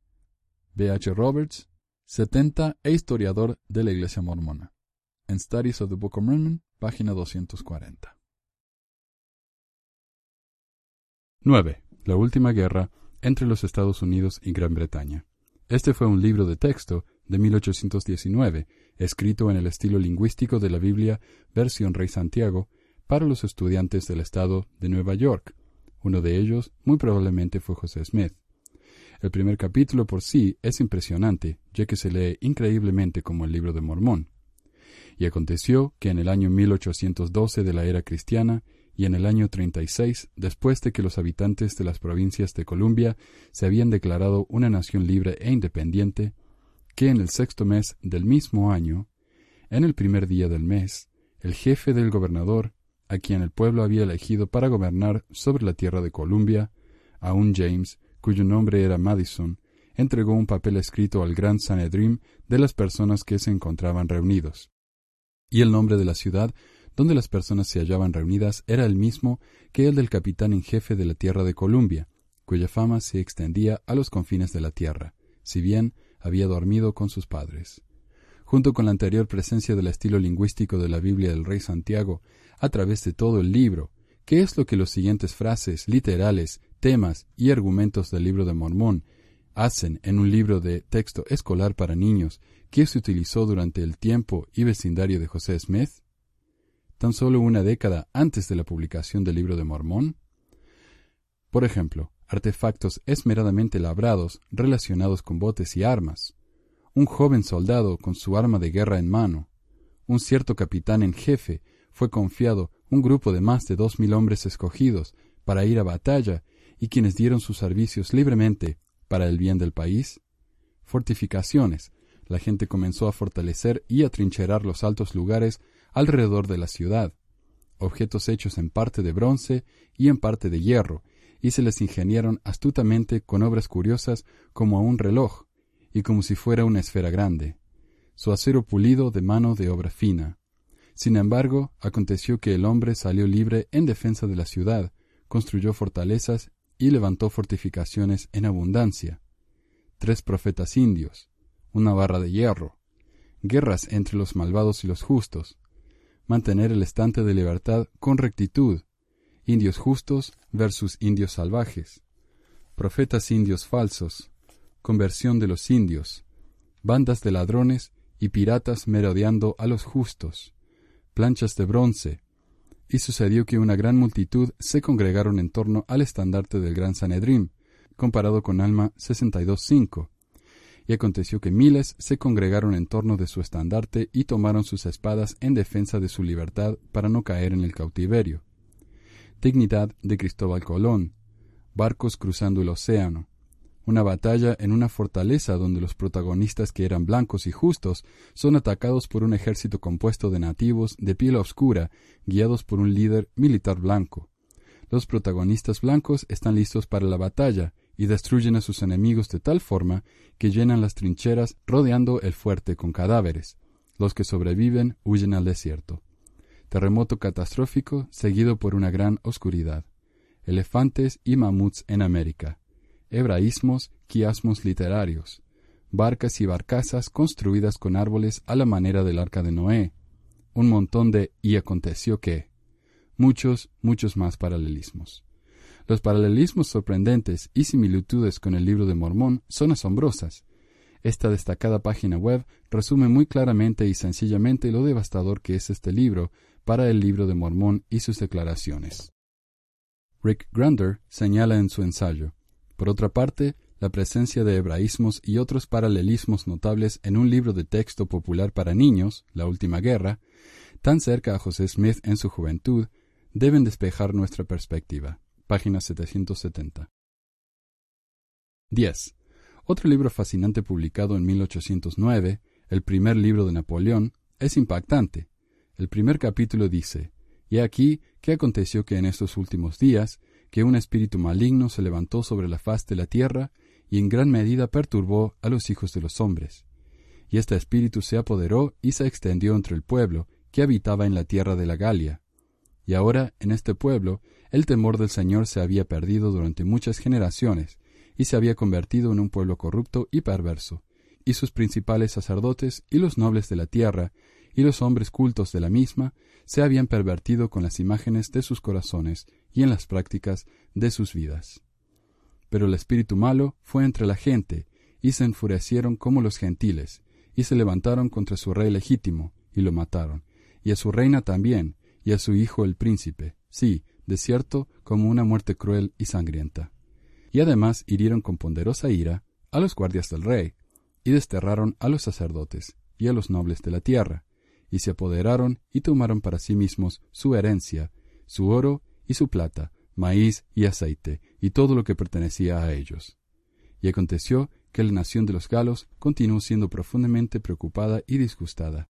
S1: B. H. Roberts, 70 e historiador de la Iglesia Mormona. En Studies of the Book of Mormon, página 240. 9. La última guerra entre los Estados Unidos y Gran Bretaña. Este fue un libro de texto de 1819, escrito en el estilo lingüístico de la Biblia, versión Rey Santiago, para los estudiantes del estado de Nueva York. Uno de ellos, muy probablemente, fue José Smith. El primer capítulo por sí es impresionante, ya que se lee increíblemente como el Libro de Mormón. Y aconteció que en el año 1812 de la era cristiana y en el año 36, después de que los habitantes de las provincias de Columbia se habían declarado una nación libre e independiente, que en el 6º mes del mismo año, en el primer día del mes, el jefe del gobernador, a quien el pueblo había elegido para gobernar sobre la tierra de Columbia, a un James, cuyo nombre era Madison, entregó un papel escrito al gran Sanedrín de las personas que se encontraban reunidos. Y el nombre de la ciudad donde las personas se hallaban reunidas era el mismo que el del capitán en jefe de la tierra de Columbia, cuya fama se extendía a los confines de la tierra, si bien había dormido con sus padres. Junto con la anterior presencia del estilo lingüístico de la Biblia del Rey Santiago a través de todo el libro, que es lo que las siguientes frases literales, temas y argumentos del Libro de Mormón hacen en un libro de texto escolar para niños que se utilizó durante el tiempo y vecindario de José Smith, tan solo una década antes de la publicación del Libro de Mormón. Por ejemplo, artefactos esmeradamente labrados relacionados con botes y armas, un joven soldado con su arma de guerra en mano, un cierto capitán en jefe fue confiado un grupo de más de 2,000 hombres escogidos para ir a batalla y quienes dieron sus servicios libremente para el bien del país? Fortificaciones. La gente comenzó a fortalecer y a trincherar los altos lugares alrededor de la ciudad. Objetos hechos en parte de bronce y en parte de hierro, y se les ingeniaron astutamente con obras curiosas como a un reloj, y como si fuera una esfera grande. Su acero pulido de mano de obra fina. Sin embargo, aconteció que el hombre salió libre en defensa de la ciudad, construyó fortalezas y levantó fortificaciones en abundancia. 3 profetas indios, una barra de hierro, guerras entre los malvados y los justos, mantener el estante de libertad con rectitud, indios justos versus indios salvajes, profetas indios falsos, conversión de los indios, bandas de ladrones y piratas merodeando a los justos, planchas de bronce, y sucedió que una gran multitud se congregaron en torno al estandarte del gran Sanedrín, comparado con Alma 62:5. Y aconteció que miles se congregaron en torno de su estandarte y tomaron sus espadas en defensa de su libertad para no caer en el cautiverio. Dignidad de Cristóbal Colón, barcos cruzando el océano, una batalla en una fortaleza donde los protagonistas, que eran blancos y justos, son atacados por un ejército compuesto de nativos de piel oscura, guiados por un líder militar blanco. Los protagonistas blancos están listos para la batalla y destruyen a sus enemigos de tal forma que llenan las trincheras rodeando el fuerte con cadáveres. Los que sobreviven huyen al desierto. Terremoto catastrófico seguido por una gran oscuridad. Elefantes y mamuts en América. Hebraísmos, quiasmos literarios. Barcas y barcazas construidas con árboles a la manera del arca de Noé. Un montón de «y aconteció que». Muchos más paralelismos. Los paralelismos sorprendentes y similitudes con el Libro de Mormón son asombrosas. Esta destacada página web resume muy claramente y sencillamente lo devastador que es este libro para el Libro de Mormón y sus declaraciones. Rick Grunder señala en su ensayo: por otra parte, la presencia de hebraísmos y otros paralelismos notables en un libro de texto popular para niños, La Última Guerra, tan cerca a José Smith en su juventud, deben despejar nuestra perspectiva. Página 770. 10. Otro libro fascinante publicado en 1809, el primer libro de Napoleón, es impactante. El primer capítulo dice: «Y aquí que aconteció que en estos últimos días, que un espíritu maligno se levantó sobre la faz de la tierra y en gran medida perturbó a los hijos de los hombres. Y este espíritu se apoderó y se extendió entre el pueblo que habitaba en la tierra de la Galia. Y ahora, en este pueblo, el temor del Señor se había perdido durante muchas generaciones, y se había convertido en un pueblo corrupto y perverso, y sus principales sacerdotes y los nobles de la tierra, y los hombres cultos de la misma, se habían pervertido con las imágenes de sus corazones y en las prácticas de sus vidas. Pero el espíritu malo fue entre la gente, y se enfurecieron como los gentiles, y se levantaron contra su rey legítimo, y lo mataron, y a su reina también, y a su hijo el príncipe, sí, de cierto, como una muerte cruel y sangrienta. Y además hirieron con ponderosa ira a los guardias del rey, y desterraron a los sacerdotes y a los nobles de la tierra, y se apoderaron y tomaron para sí mismos su herencia, su oro y su plata, maíz y aceite, y todo lo que pertenecía a ellos. Y aconteció que la nación de los galos continuó siendo profundamente preocupada y disgustada.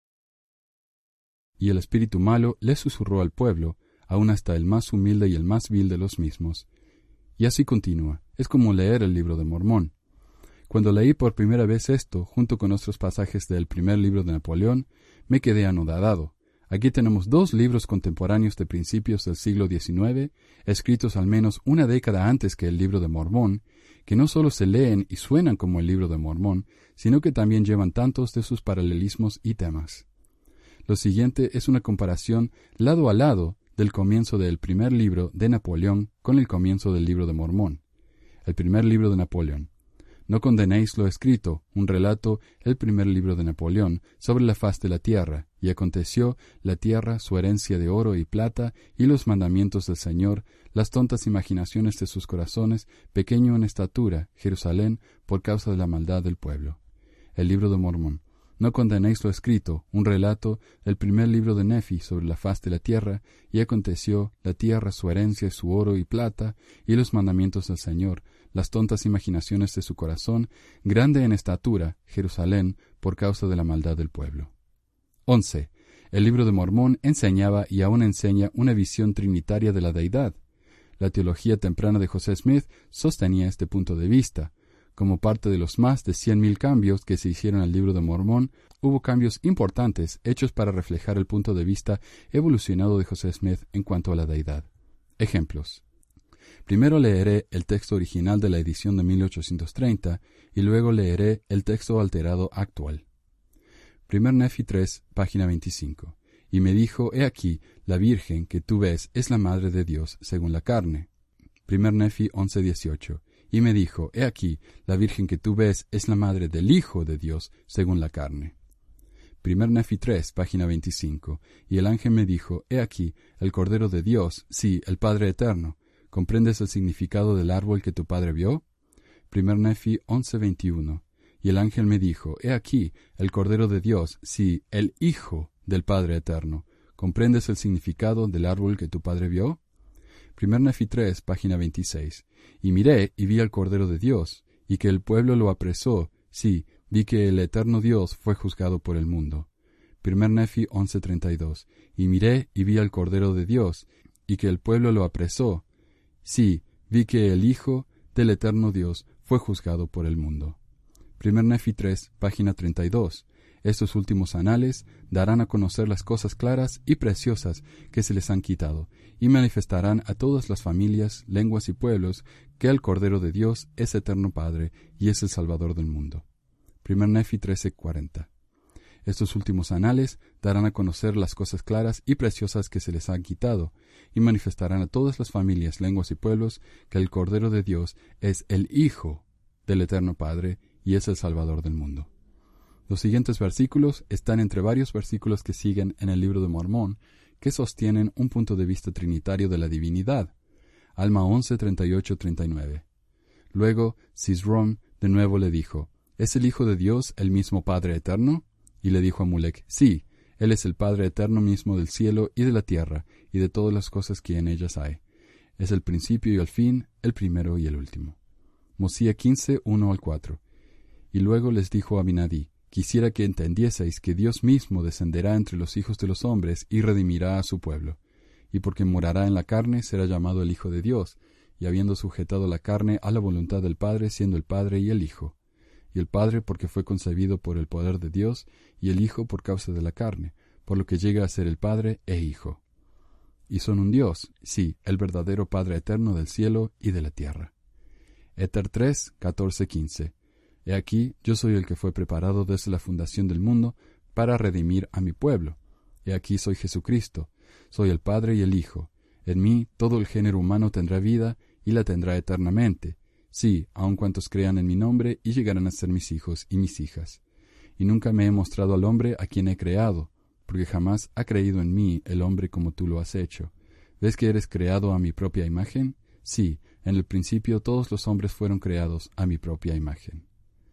S1: Y el espíritu malo le susurró al pueblo, aun hasta el más humilde y el más vil de los mismos. Y así continúa. Es como leer el Libro de Mormón. Cuando leí por primera vez esto, junto con otros pasajes del primer libro de Napoleón, me quedé anodado. Aquí tenemos 2 libros contemporáneos de principios del siglo XIX, escritos al menos una década antes que el Libro de Mormón, que no solo se leen y suenan como el Libro de Mormón, sino que también llevan tantos de sus paralelismos y temas. Lo siguiente es una comparación lado a lado del comienzo del primer libro de Napoleón con el comienzo del Libro de Mormón. El primer libro de Napoleón. No condenéis lo escrito, un relato, el primer libro de Napoleón, sobre la faz de la tierra, y aconteció la tierra, su herencia de oro y plata, y los mandamientos del Señor, las tontas imaginaciones de sus corazones, pequeño en estatura, Jerusalén, por causa de la maldad del pueblo. El Libro de Mormón. No condenéis lo escrito, un relato del primer libro de Nefi sobre la faz de la tierra, y aconteció la tierra su herencia y su oro y plata, y los mandamientos del Señor, las tontas imaginaciones de su corazón, grande en estatura, Jerusalén, por causa de la maldad del pueblo. 11. El libro de Mormón enseñaba y aún enseña una visión trinitaria de la deidad. La teología temprana de José Smith sostenía este punto de vista. Como parte de los más de 100,000 cambios que se hicieron al libro de Mormón, hubo cambios importantes hechos para reflejar el punto de vista evolucionado de José Smith en cuanto a la deidad. Ejemplos. Primero leeré el texto original de la edición de 1830 y luego leeré el texto alterado actual. 1 Nefi 3, página 25. Y me dijo, he aquí, la Virgen que tú ves es la Madre de Dios según la carne. 1 Nefi 11, 18. Y me dijo, he aquí, la Virgen que tú ves es la Madre del Hijo de Dios según la carne. 1 Nefi 3, página 25. Y el ángel me dijo, he aquí, el Cordero de Dios, sí, el Padre Eterno. ¿Comprendes el significado del árbol que tu padre vio? 1 Nefi 11, 21. Y el ángel me dijo, he aquí, el Cordero de Dios, sí, el Hijo del Padre Eterno. ¿Comprendes el significado del árbol que tu padre vio? 1 Nefi 3, página 26. Y miré y vi al Cordero de Dios, y que el pueblo lo apresó. Sí, vi que el eterno Dios fue juzgado por el mundo. 1 Nefi 11:32. Y miré y vi al Cordero de Dios, y que el pueblo lo apresó. Sí, vi que el Hijo del eterno Dios fue juzgado por el mundo. 1 Nefi 3, página 32. Estos últimos anales darán a conocer las cosas claras y preciosas que se les han quitado, y manifestarán a todas las familias, lenguas y pueblos que el Cordero de Dios es eterno Padre y es el Salvador del mundo. 1 Nefi 13:40. Estos últimos anales darán a conocer las cosas claras y preciosas que se les han quitado, y manifestarán a todas las familias, lenguas y pueblos que el Cordero de Dios es el Hijo del eterno Padre y es el Salvador del mundo. Los siguientes versículos están entre varios versículos que siguen en el libro de Mormón, que sostienen un punto de vista trinitario de la divinidad. Alma 11, 38-39. Luego, Sisrom de nuevo le dijo, ¿es el Hijo de Dios el mismo Padre eterno? Y le dijo a Mulek, sí, Él es el Padre eterno mismo del cielo y de la tierra, y de todas las cosas que en ellas hay. Es el principio y el fin, el primero y el último. Mosía 15, 1-4. Y luego les dijo a Abinadí, quisiera que entendieseis que Dios mismo descenderá entre los hijos de los hombres y redimirá a su pueblo. Y porque morará en la carne, será llamado el Hijo de Dios, y habiendo sujetado la carne a la voluntad del Padre, siendo el Padre y el Hijo. Y el Padre porque fue concebido por el poder de Dios, y el Hijo por causa de la carne, por lo que llega a ser el Padre e Hijo. Y son un Dios, sí, el verdadero Padre eterno del cielo y de la tierra. Éter 3, 14-15. He aquí, yo soy el que fue preparado desde la fundación del mundo para redimir a mi pueblo. He aquí soy Jesucristo, soy el Padre y el Hijo. En mí todo el género humano tendrá vida y la tendrá eternamente. Sí, aun cuantos crean en mi nombre y llegarán a ser mis hijos y mis hijas. Y nunca me he mostrado al hombre a quien he creado, porque jamás ha creído en mí el hombre como tú lo has hecho. ¿Ves que eres creado a mi propia imagen? Sí, en el principio todos los hombres fueron creados a mi propia imagen.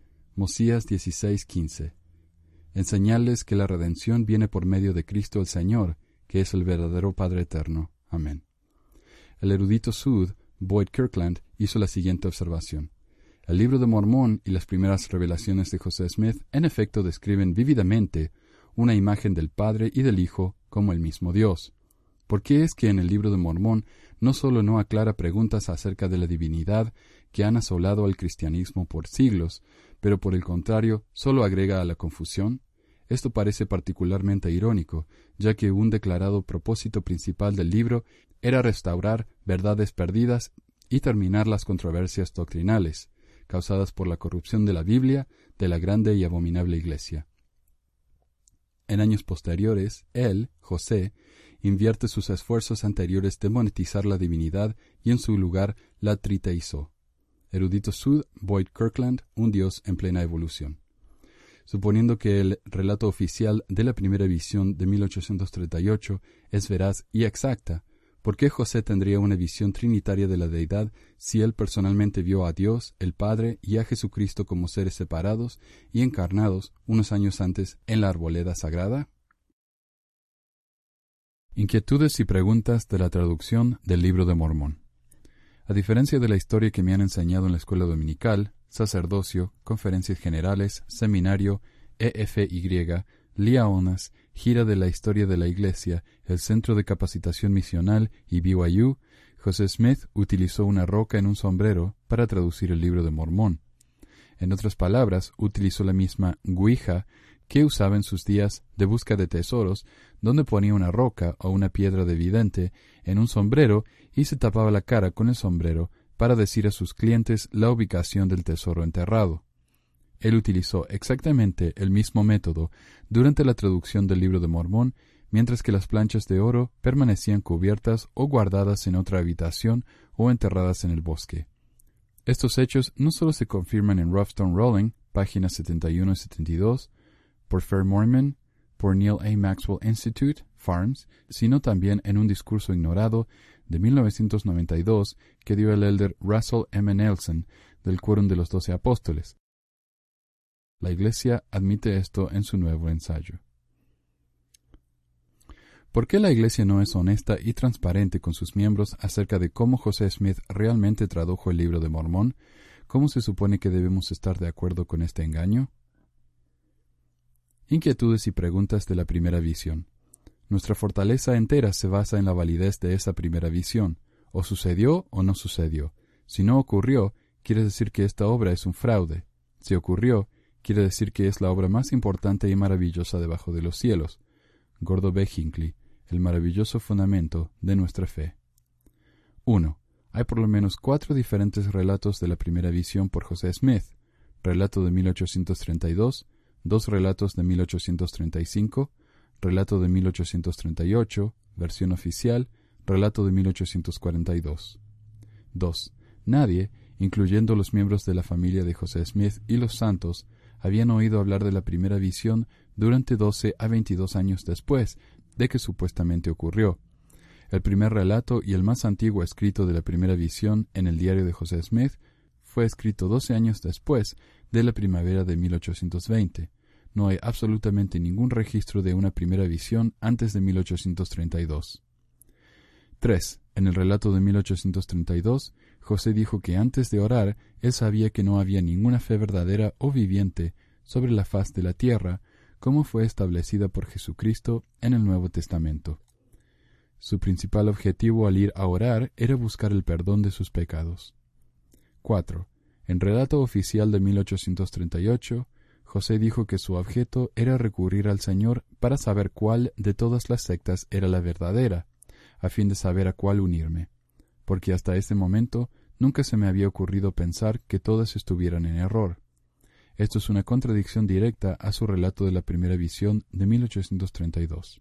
S1: Mosías 16:15. Enseñarles que la redención viene por medio de Cristo el Señor, que es el verdadero Padre eterno. Amén. El erudito Sud, Boyd Kirkland, hizo la siguiente observación. El libro de Mormón y las primeras revelaciones de José Smith en efecto describen vívidamente una imagen del Padre y del Hijo como el mismo Dios. ¿Por qué es que en el libro de Mormón no solo no aclara preguntas acerca de la divinidad que han asolado al cristianismo por siglos, pero por el contrario solo agrega a la confusión? Esto parece particularmente irónico, ya que un declarado propósito principal del libro era restaurar verdades perdidas y terminar las controversias doctrinales, causadas por la corrupción de la Biblia de la grande y abominable Iglesia. En años posteriores, él, José, invierte sus esfuerzos anteriores de monetizar la divinidad y en su lugar la triteizó. Erudito Sud, Boyd Kirkland, un Dios en plena evolución. Suponiendo que el relato oficial de la primera visión de 1838 es veraz y exacta, ¿Por qué José tendría una visión trinitaria de la deidad si él personalmente vio a Dios, el Padre, y a Jesucristo como seres separados y encarnados unos años antes en la arboleda sagrada? Inquietudes y preguntas de la traducción del Libro de Mormón. A diferencia de la historia que me han enseñado en la escuela dominical, sacerdocio, conferencias generales, seminario, EFY, Liaonas, gira de la historia de la Iglesia, el Centro de Capacitación Misional y BYU, José Smith utilizó una roca en un sombrero para traducir el Libro de Mormón. En otras palabras, utilizó la misma guija que usaba en sus días de busca de tesoros, donde ponía una roca o una piedra de vidente en un sombrero y se tapaba la cara con el sombrero para decir a sus clientes la ubicación del tesoro enterrado. Él utilizó exactamente el mismo método durante la traducción del Libro de Mormón, mientras que las planchas de oro permanecían cubiertas o guardadas en otra habitación o enterradas en el bosque. Estos hechos no solo se confirman en Rough Stone Rolling, páginas 71 y 72, por Fair Mormon, por Neil A. Maxwell Institute, Farms, sino también en un discurso ignorado de 1992 que dio el elder Russell M. Nelson del Quórum de los 12 Apóstoles. La Iglesia admite esto en su nuevo ensayo. ¿Por qué la Iglesia no es honesta y transparente con sus miembros acerca de cómo José Smith realmente tradujo el Libro de Mormón? ¿Cómo se supone que debemos estar de acuerdo con este engaño? Inquietudes y preguntas de la primera visión. Nuestra fortaleza entera se basa en la validez de esa primera visión. O sucedió o no sucedió. Si no ocurrió, quiere decir que esta obra es un fraude. Si ocurrió, quiere decir que es la obra más importante y maravillosa debajo de los cielos. Gordo B. Hinckley, El maravilloso fundamento de nuestra fe. 1. Hay por lo menos 4 diferentes relatos de la primera visión por José Smith. Relato de 1832, 2 relatos de 1835, relato de 1838, versión oficial, relato de 1842. 2. Nadie, incluyendo los miembros de la familia de José Smith y los santos, habían oído hablar de la primera visión durante 12 a 22 años después de que supuestamente ocurrió. El primer relato y el más antiguo escrito de la primera visión en el diario de José Smith fue escrito 12 años después de la primavera de 1820. No hay absolutamente ningún registro de una primera visión antes de 1832. 3. En el relato de 1832, José dijo que antes de orar, él sabía que no había ninguna fe verdadera o viviente sobre la faz de la tierra, como fue establecida por Jesucristo en el Nuevo Testamento. Su principal objetivo al ir a orar era buscar el perdón de sus pecados. 4. En relato oficial de 1838, José dijo que su objeto era recurrir al Señor para saber cuál de todas las sectas era la verdadera, a fin de saber a cuál unirme, porque hasta ese momento nunca se me había ocurrido pensar que todas estuvieran en error. Esto es una contradicción directa a su relato de la primera visión de 1832.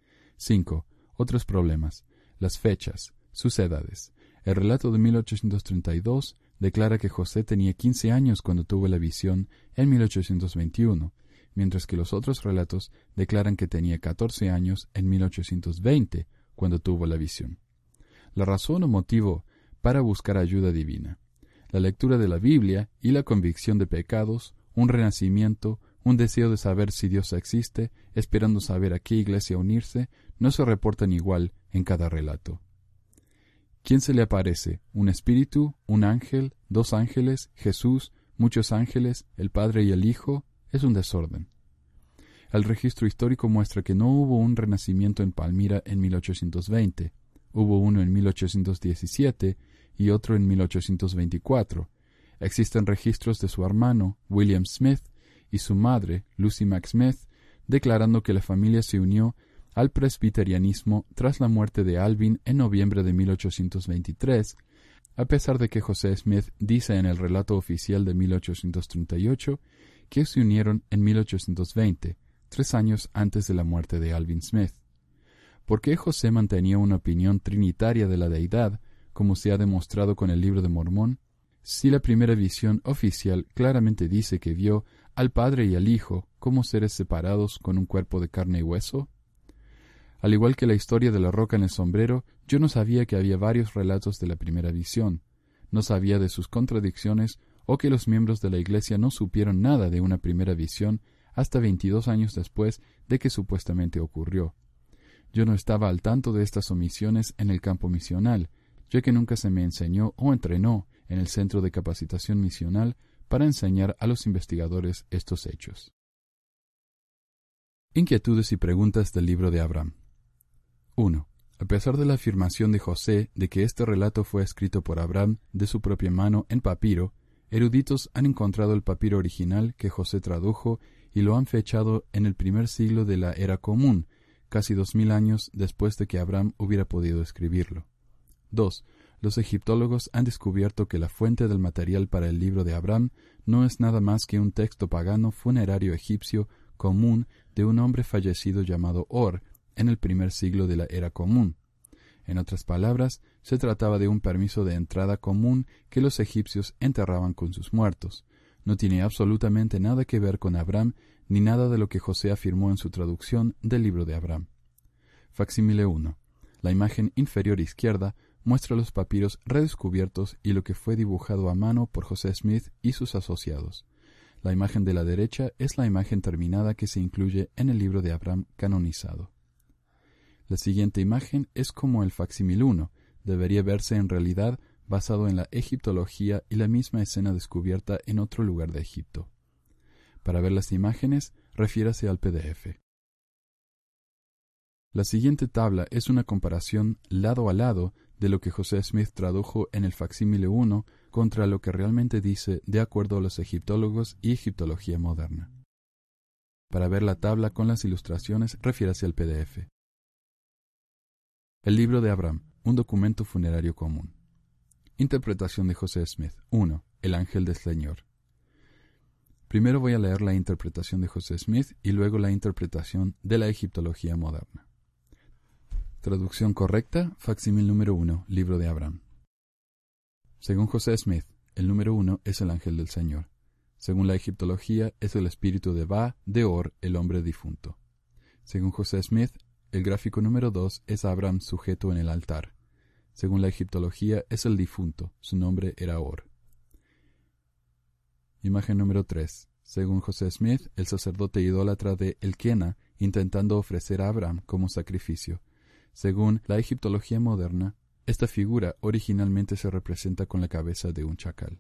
S1: 5. Otros problemas. Las fechas, sus edades. El relato de 1832 declara que José tenía 15 años cuando tuvo la visión en 1821, mientras que los otros relatos declaran que tenía 14 años en 1820 cuando tuvo la visión. La razón o motivo para buscar ayuda divina. La lectura de la Biblia y la convicción de pecados, un renacimiento, un deseo de saber si Dios existe, esperando saber a qué iglesia unirse, no se reportan igual en cada relato. ¿Quién se le aparece? ¿Un espíritu? ¿Un ángel? ¿2 ángeles? ¿Jesús? ¿Muchos ángeles? ¿El Padre y el Hijo? Es un desorden. El registro histórico muestra que no hubo un renacimiento en Palmira en 1820. Hubo uno en 1817 y otro en 1824. Existen registros de su hermano, William Smith, y su madre, Lucy Mack Smith, declarando que la familia se unió al presbiterianismo tras la muerte de Alvin en noviembre de 1823, a pesar de que José Smith dice en el relato oficial de 1838 que se unieron en 1820, 3 años antes de la muerte de Alvin Smith. ¿Por qué José mantenía una opinión trinitaria de la deidad, como se ha demostrado con el Libro de Mormón, si la primera visión oficial claramente dice que vio al Padre y al Hijo como seres separados con un cuerpo de carne y hueso? Al igual que la historia de la roca en el sombrero, yo no sabía que había varios relatos de la primera visión. No sabía de sus contradicciones o que los miembros de la Iglesia no supieron nada de una primera visión hasta 22 años después de que supuestamente ocurrió. Yo no estaba al tanto de estas omisiones en el campo misional, ya que nunca se me enseñó o entrenó en el Centro de Capacitación Misional para enseñar a los investigadores estos hechos. Inquietudes y preguntas del libro de Abraham. 1. A pesar de la afirmación de José de que este relato fue escrito por Abraham de su propia mano en papiro, eruditos han encontrado el papiro original que José tradujo y lo han fechado en el primer siglo de la era común, casi 2000 años después de que Abraham hubiera podido escribirlo. 2. Los egiptólogos han descubierto que la fuente del material para el libro de Abraham no es nada más que un texto pagano funerario egipcio común de un hombre fallecido llamado Or en el primer siglo de la era común. En otras palabras, se trataba de un permiso de entrada común que los egipcios enterraban con sus muertos. No tiene absolutamente nada que ver con Abraham ni nada de lo que José afirmó en su traducción del libro de Abraham. Facsímile 1. La imagen inferior izquierda muestra los papiros redescubiertos y lo que fue dibujado a mano por José Smith y sus asociados. La imagen de la derecha es la imagen terminada que se incluye en el libro de Abraham canonizado. La siguiente imagen es como el facsímil 1, debería verse en realidad basado en la egiptología y la misma escena descubierta en otro lugar de Egipto. Para ver las imágenes, refiérase al PDF. La siguiente tabla es una comparación lado a lado de lo que José Smith tradujo en el facsímile 1 contra lo que realmente dice de acuerdo a los egiptólogos y egiptología moderna. Para ver la tabla con las ilustraciones, refiérase al PDF. El libro de Abraham, un documento funerario común. Interpretación de José Smith. 1. El ángel del Señor. Primero voy a leer la interpretación de José Smith y luego la interpretación de la egiptología moderna. Traducción correcta, facsímil número 1, libro de Abraham. Según José Smith, el número 1 es el ángel del Señor. Según la egiptología, es el espíritu de Ba, de Or, el hombre difunto. Según José Smith, el gráfico número 2 es Abraham sujeto en el altar. Según la egiptología, es el difunto, su nombre era Or. Imagen número 3. Según José Smith, el sacerdote idólatra de Elkena intentando ofrecer a Abraham como sacrificio. Según la egiptología moderna, esta figura originalmente se representa con la cabeza de un chacal.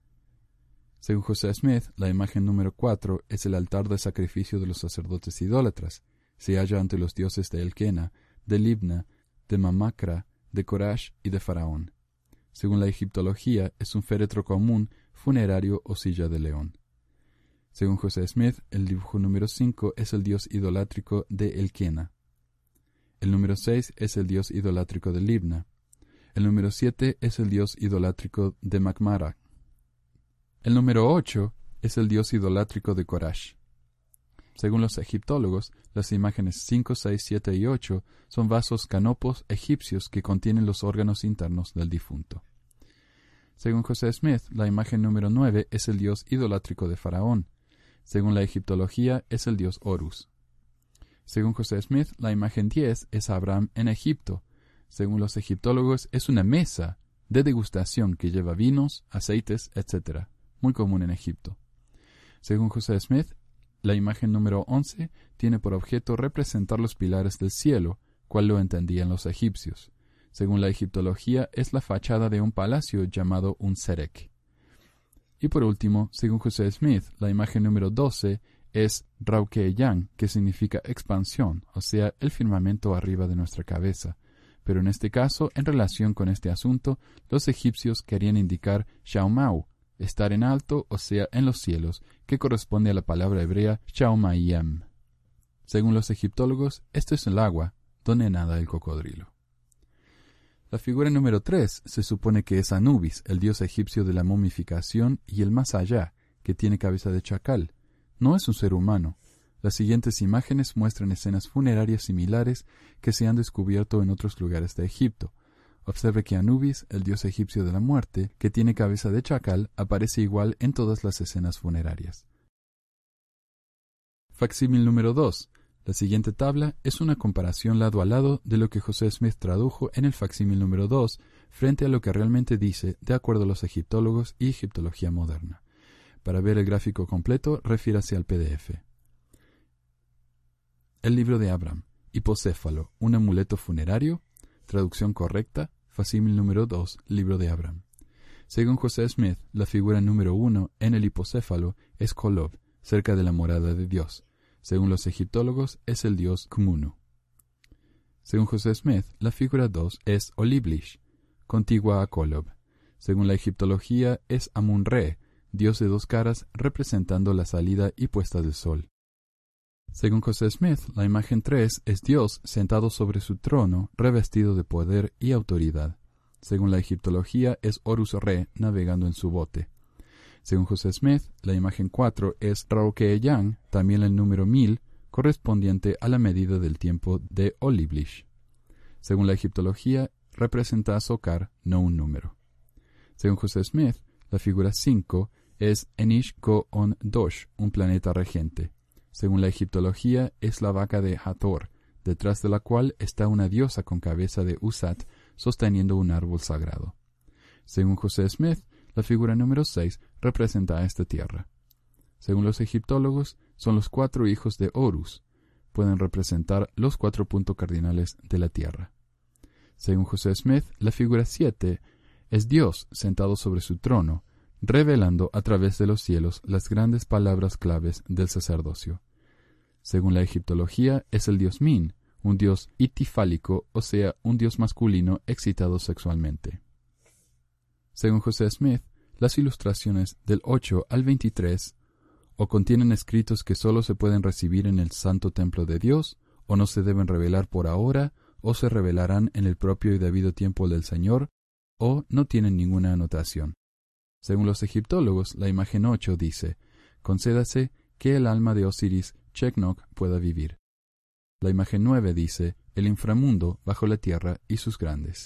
S1: Según José Smith, la imagen número 4 es el altar de sacrificio de los sacerdotes idólatras. Se halla ante los dioses de Elkena, de Libna, de Mamacra, de Corash y de Faraón. Según la egiptología, es un féretro común, funerario o silla de león. Según José Smith, el dibujo número 5 es el dios idolátrico de Elkena. El número 6 es el dios idolátrico de Libna. El número 7 es el dios idolátrico de Macmara. El número 8 es el dios idolátrico de Corash. Según los egiptólogos, las imágenes 5, 6, 7 y 8 son vasos canopos egipcios que contienen los órganos internos del difunto. Según José Smith, la imagen número 9 es el dios idolátrico de Faraón. Según la egiptología, es el dios Horus. Según José Smith, la imagen 10 es Abraham en Egipto. Según los egiptólogos, es una mesa de degustación que lleva vinos, aceites, etc., muy común en Egipto. Según José Smith, la imagen número 11 tiene por objeto representar los pilares del cielo, cual lo entendían los egipcios. Según la egiptología, es la fachada de un palacio llamado un serek. Y por último, según José Smith, la imagen número 12 es Raukeyan, que significa expansión, o sea, el firmamento arriba de nuestra cabeza. Pero en este caso, en relación con este asunto, los egipcios querían indicar Shaumau, estar en alto, o sea, en los cielos, que corresponde a la palabra hebrea Shaumayam. Según los egiptólogos, esto es el agua, donde nada el cocodrilo. La figura número 3 se supone que es Anubis, el dios egipcio de la momificación y el más allá, que tiene cabeza de chacal. No es un ser humano. Las siguientes imágenes muestran escenas funerarias similares que se han descubierto en otros lugares de Egipto. Observe que Anubis, el dios egipcio de la muerte, que tiene cabeza de chacal, aparece igual en todas las escenas funerarias. Facsímil número 2. La siguiente tabla es una comparación lado a lado de lo que José Smith tradujo en el facsímil número 2 frente a lo que realmente dice de acuerdo a los egiptólogos y egiptología moderna. Para ver el gráfico completo, refiérase al PDF. El libro de Abraham, hipocéfalo, un amuleto funerario, traducción correcta, facsímil número 2, libro de Abraham. Según José Smith, la figura número 1 en el hipocéfalo es Kolob, cerca de la morada de Dios. Según los egiptólogos, es el dios Khmunu. Según José Smith, la figura 2 es Oliblish, contigua a Kolob. Según la egiptología, es Amun-Re, dios de dos caras representando la salida y puesta del sol. Según José Smith, la imagen 3 es Dios sentado sobre su trono, revestido de poder y autoridad. Según la egiptología, es Horus-Re navegando en su bote. Según José Smith, la imagen 4 es Raukeeyang, también el número 1000, correspondiente a la medida del tiempo de Oliblish. Según la egiptología, representa a Sokar, no un número. Según José Smith, la figura 5 es Enish-Go-On-Dosh, un planeta regente. Según la egiptología, es la vaca de Hathor, detrás de la cual está una diosa con cabeza de Usat, sosteniendo un árbol sagrado. Según José Smith, la figura número 6 representa a esta tierra. Según los egiptólogos, son los 4 hijos de Horus. Pueden representar los 4 puntos cardinales de la tierra. Según José Smith, la figura 7 es Dios sentado sobre su trono, revelando a través de los cielos las grandes palabras claves del sacerdocio. Según la egiptología, es el dios Min, un dios itifálico, o sea, un dios masculino excitado sexualmente. Según José Smith, las ilustraciones del 8 al 23 o contienen escritos que solo se pueden recibir en el santo templo de Dios, o no se deben revelar por ahora, o se revelarán en el propio y debido tiempo del Señor, o no tienen ninguna anotación. Según los egiptólogos, la imagen 8 dice: concédase que el alma de Osiris Chekhnock pueda vivir. La imagen 9 dice: el inframundo bajo la tierra y sus grandes.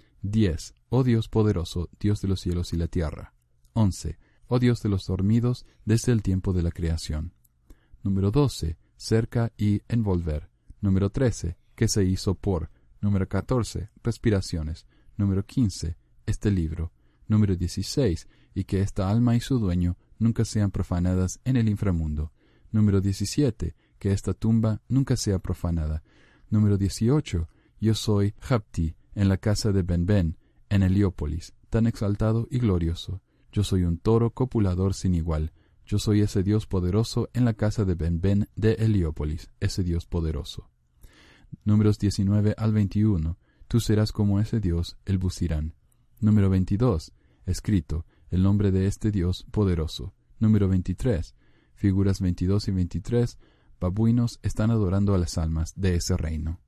S1: 10. Oh Dios poderoso, Dios de los cielos y la tierra. 11. Oh Dios de los dormidos desde el tiempo de la creación. Número 12. Cerca y envolver. Número 13. Que se hizo por. Número 14. Respiraciones. Número 15. Este libro. Número 16. Y que esta alma y su dueño nunca sean profanadas en el inframundo. Número 17. Que esta tumba nunca sea profanada. Número 18. Yo soy Japti, en la casa de Ben-Ben, en Heliópolis, tan exaltado y glorioso. Yo soy un toro copulador sin igual. Yo soy ese Dios poderoso en la casa de Ben-Ben de Heliópolis, ese Dios poderoso. Números 19 al 21. Tú serás como ese Dios, el Busirán. Número 22. Escrito, el nombre de este Dios poderoso. Número 23. Figuras 22 y 23. Babuinos están adorando a las almas de ese reino.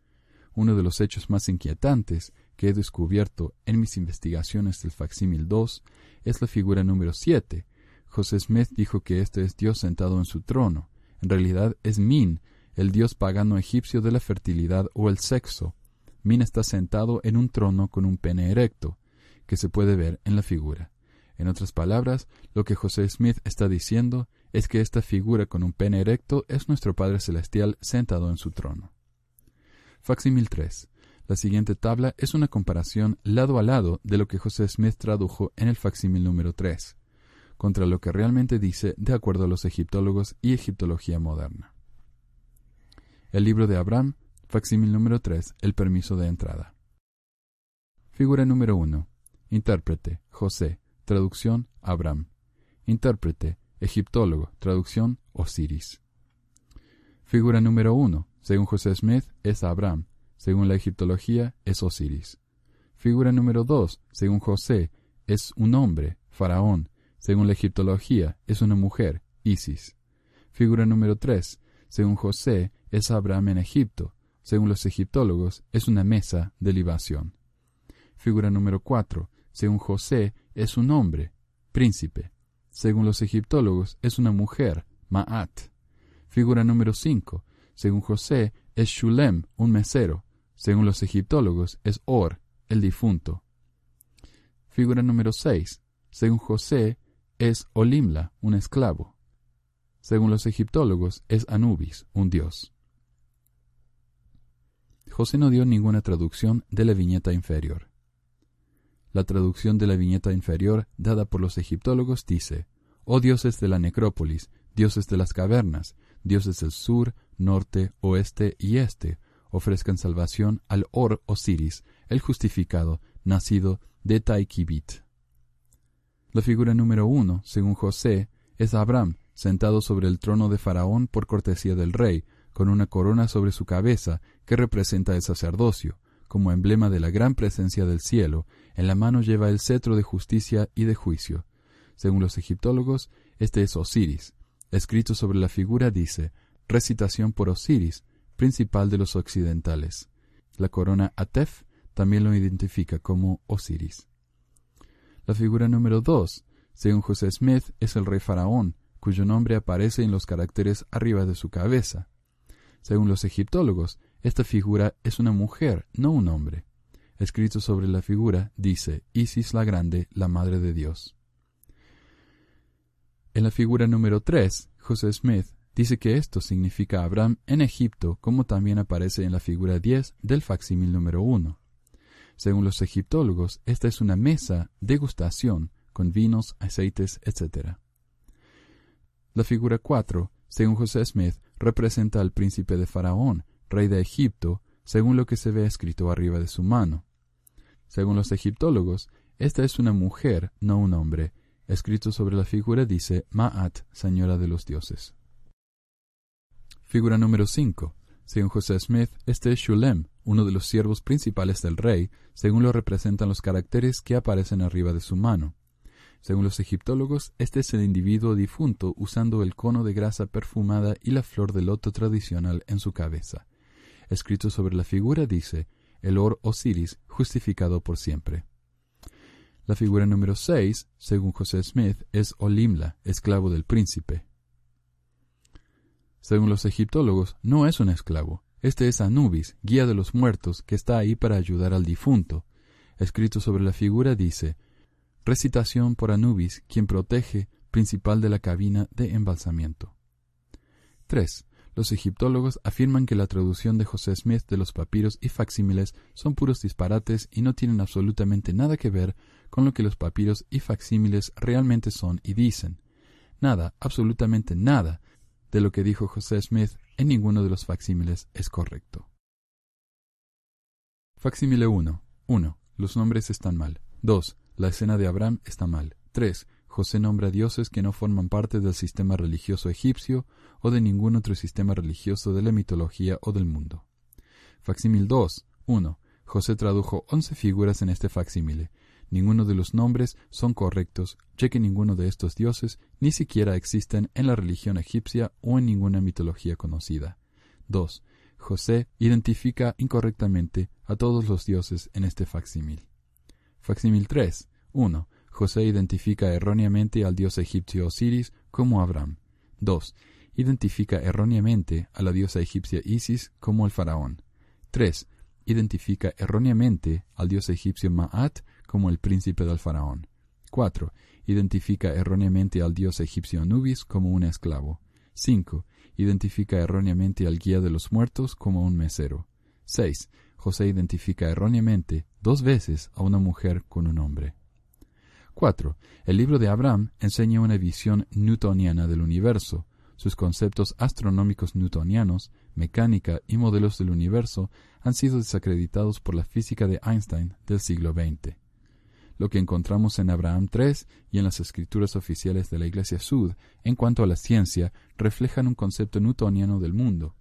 S1: Uno de los hechos más inquietantes que he descubierto en mis investigaciones del facsímil 2 es la figura número 7. José Smith dijo que este es Dios sentado en su trono. En realidad es Min, el dios pagano egipcio de la fertilidad o el sexo. Min está sentado en un trono con un pene erecto, que se puede ver en la figura. En otras palabras, lo que José Smith está diciendo es que esta figura con un pene erecto es nuestro Padre Celestial sentado en su trono. Facsímil 3. La siguiente tabla es una comparación lado a lado de lo que José Smith tradujo en el facsímil número 3, contra lo que realmente dice de acuerdo a los egiptólogos y egiptología moderna. El libro de Abraham, facsímil número 3, el permiso de entrada. Figura número 1. Intérprete, José. Traducción, Abraham. Intérprete, egiptólogo. Traducción, Osiris. Figura número 1. Según José Smith, es Abraham. Según la egiptología, es Osiris. Figura número 2. Según José, es un hombre, Faraón. Según la egiptología, es una mujer, Isis. Figura número 3. Según José, es Abraham en Egipto. Según los egiptólogos, es una mesa de libación. Figura número 4. Según José, es un hombre, príncipe. Según los egiptólogos, es una mujer, Ma'at. Figura número 5. Según José, es Shulem, un mesero. Según los egiptólogos, es Or, el difunto. Figura número 6. Según José, es Olimla, un esclavo. Según los egiptólogos, es Anubis, un dios. José no dio ninguna traducción de la viñeta inferior. La traducción de la viñeta inferior dada por los egiptólogos dice: «Oh dioses de la necrópolis, dioses de las cavernas, dioses del sur, norte, oeste y este, ofrezcan salvación al Osiris, el justificado, nacido de Taikibit». La figura número 1, según José, es Abraham, sentado sobre el trono de Faraón por cortesía del rey, con una corona sobre su cabeza que representa el sacerdocio. Como emblema de la gran presencia del cielo, en la mano lleva el cetro de justicia y de juicio. Según los egiptólogos, este es Osiris. Escrito sobre la figura dice: «Recitación por Osiris, principal de los occidentales». La corona Atef también lo identifica como Osiris. La figura número 2, según José Smith, es el rey Faraón, cuyo nombre aparece en los caracteres arriba de su cabeza. Según los egiptólogos, esta figura es una mujer, no un hombre. Escrito sobre la figura dice: «Isis la Grande, la Madre de Dios». En la figura número 3, José Smith dice que esto significa Abraham en Egipto, como también aparece en la figura 10 del facsímil número 1. Según los egiptólogos, esta es una mesa degustación con vinos, aceites, etc. La figura 4, según José Smith, representa al príncipe de Faraón, rey de Egipto, según lo que se ve escrito arriba de su mano. Según los egiptólogos, esta es una mujer, no un hombre. Escrito sobre la figura dice: Ma'at, señora de los dioses. Figura número 5. Según José Smith, este es Shulem, uno de los siervos principales del rey, según lo representan los caracteres que aparecen arriba de su mano. Según los egiptólogos, este es el individuo difunto usando el cono de grasa perfumada y la flor de loto tradicional en su cabeza. Escrito sobre la figura dice: el Osiris, justificado por siempre. La figura número 6, según José Smith, es Olimla, esclavo del príncipe. Según los egiptólogos, no es un esclavo. Este es Anubis, guía de los muertos, que está ahí para ayudar al difunto. Escrito sobre la figura dice: recitación por Anubis, quien protege, principal de la cabina de embalsamiento. 3. Los egiptólogos afirman que la traducción de José Smith de los papiros y facsímiles son puros disparates y no tienen absolutamente nada que ver con lo que los papiros y facsímiles realmente son y dicen. Nada, absolutamente nada, de lo que dijo José Smith en ninguno de los facsímiles es correcto. Facsímile 1. 1. Los nombres están mal. 2. La escena de Abraham está mal. 3. José nombra dioses que no forman parte del sistema religioso egipcio o de ningún otro sistema religioso de la mitología o del mundo. Facsímil 2. 1. José tradujo 11 figuras en este facsímile. Ninguno de los nombres son correctos, ya que ninguno de estos dioses ni siquiera existen en la religión egipcia o en ninguna mitología conocida. 2. José identifica incorrectamente a todos los dioses en este facsímil. Facsímil 3. 1. José identifica erróneamente al dios egipcio Osiris como Abraham. 2. Identifica erróneamente a la diosa egipcia Isis como el faraón. 3. Identifica erróneamente al dios egipcio Ma'at como el príncipe del faraón. 4. Identifica erróneamente al dios egipcio Anubis como un esclavo. 5. Identifica erróneamente al guía de los muertos como un mesero. 6. José identifica erróneamente 2 veces a una mujer con un hombre. 4. El libro de Abraham enseña una visión newtoniana del universo. Sus conceptos astronómicos newtonianos, mecánica y modelos del universo han sido desacreditados por la física de Einstein del siglo XX. Lo que encontramos en Abraham 3 y en las escrituras oficiales de la Iglesia Sud en cuanto a la ciencia reflejan un concepto newtoniano del mundo.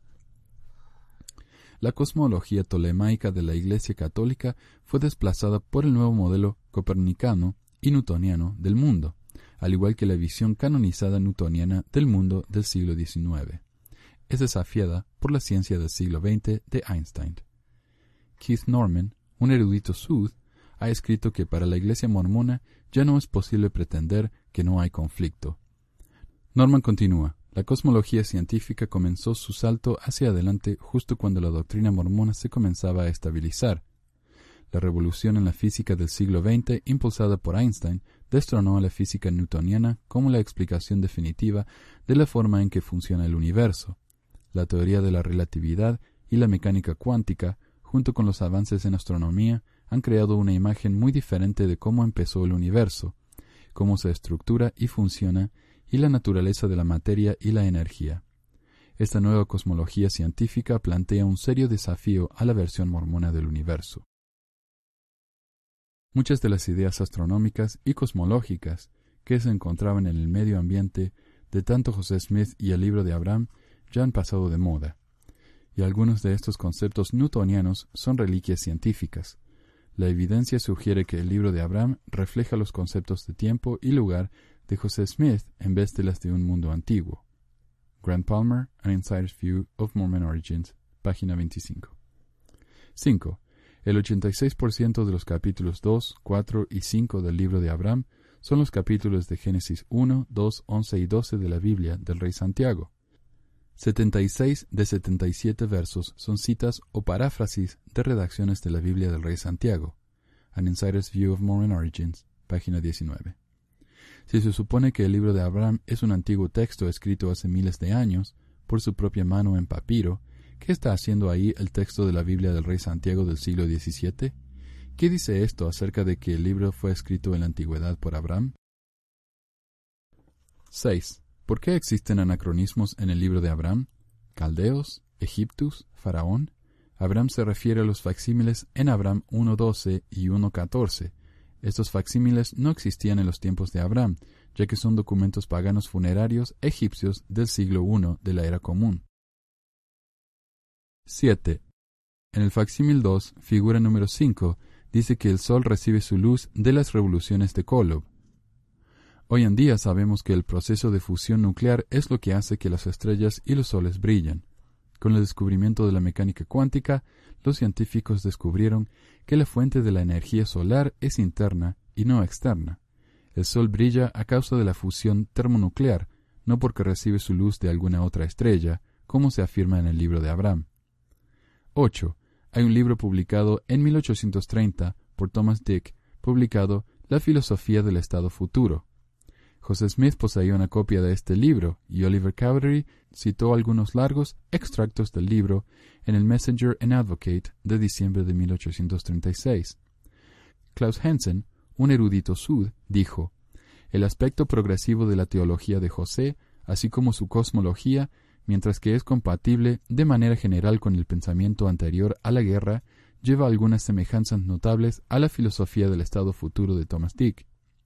S1: La cosmología tolemaica de la Iglesia Católica fue desplazada por el nuevo modelo copernicano y newtoniano del mundo, al igual que la visión canonizada newtoniana del mundo del siglo XIX. Es desafiada por la ciencia del siglo XX de Einstein. Keith Norman, un erudito sud, ha escrito que para la Iglesia mormona ya no es posible pretender que no hay conflicto. Norman continúa: la cosmología científica comenzó su salto hacia adelante justo cuando la doctrina mormona se comenzaba a estabilizar. La revolución en la física del siglo XX, impulsada por Einstein, destronó a la física newtoniana como la explicación definitiva de la forma en que funciona el universo. La teoría de la relatividad y la mecánica cuántica, junto con los avances en astronomía, han creado una imagen muy diferente de cómo empezó el universo, cómo se estructura y funciona, y la naturaleza de la materia y la energía. Esta nueva cosmología científica plantea un serio desafío a la versión mormona del universo. Muchas de las ideas astronómicas y cosmológicas que se encontraban en el medio ambiente de tanto José Smith y el libro de Abraham ya han pasado de moda, y algunos de estos conceptos newtonianos son reliquias científicas. La evidencia sugiere que el libro de Abraham refleja los conceptos de tiempo y lugar de José Smith en vez de las de un mundo antiguo. Grant Palmer, An Insider's View of Mormon Origins, página 25. 5. El 86% de los capítulos 2, 4 y 5 del libro de Abraham son los capítulos de Génesis 1, 2, 11 y 12 de la Biblia del Rey Santiago. 76 de 77 versos son citas o paráfrasis de redacciones de la Biblia del Rey Santiago. An Insider's View of Mormon Origins, página 19. Si se supone que el libro de Abraham es un antiguo texto escrito hace miles de años, por su propia mano en papiro, ¿qué está haciendo ahí el texto de la Biblia del Rey Santiago del siglo XVII? ¿Qué dice esto acerca de que el libro fue escrito en la antigüedad por Abraham? 6. ¿Por qué existen anacronismos en el libro de Abraham? Caldeos, Egiptus, Faraón. Abraham se refiere a los facsímiles en Abraham 1.12 y 1.14. Estos facsímiles no existían en los tiempos de Abraham, ya que son documentos paganos funerarios egipcios del siglo I de la Era Común. 7. En el facsímil 2, figura número 5, dice que el Sol recibe su luz de las revoluciones de Kolob. Hoy en día sabemos que el proceso de fusión nuclear es lo que hace que las estrellas y los soles brillen. Con el descubrimiento de la mecánica cuántica, los científicos descubrieron que la fuente de la energía solar es interna y no externa. El Sol brilla a causa de la fusión termonuclear, no porque recibe su luz de alguna otra estrella, como se afirma en el libro de Abraham. 8. Hay un libro publicado en 1830 por Thomas Dick, publicado La filosofía del estado futuro. José Smith poseía una copia de este libro, y Oliver Cowdery citó algunos largos extractos del libro en el Messenger and Advocate de diciembre de 1836. Klaus Hansen, un erudito sud, dijo: «El aspecto progresivo de la teología de José, así como su cosmología, mientras que es compatible de manera general con el pensamiento anterior a la guerra, lleva algunas semejanzas notables a la filosofía del estado futuro de Thomas Dick».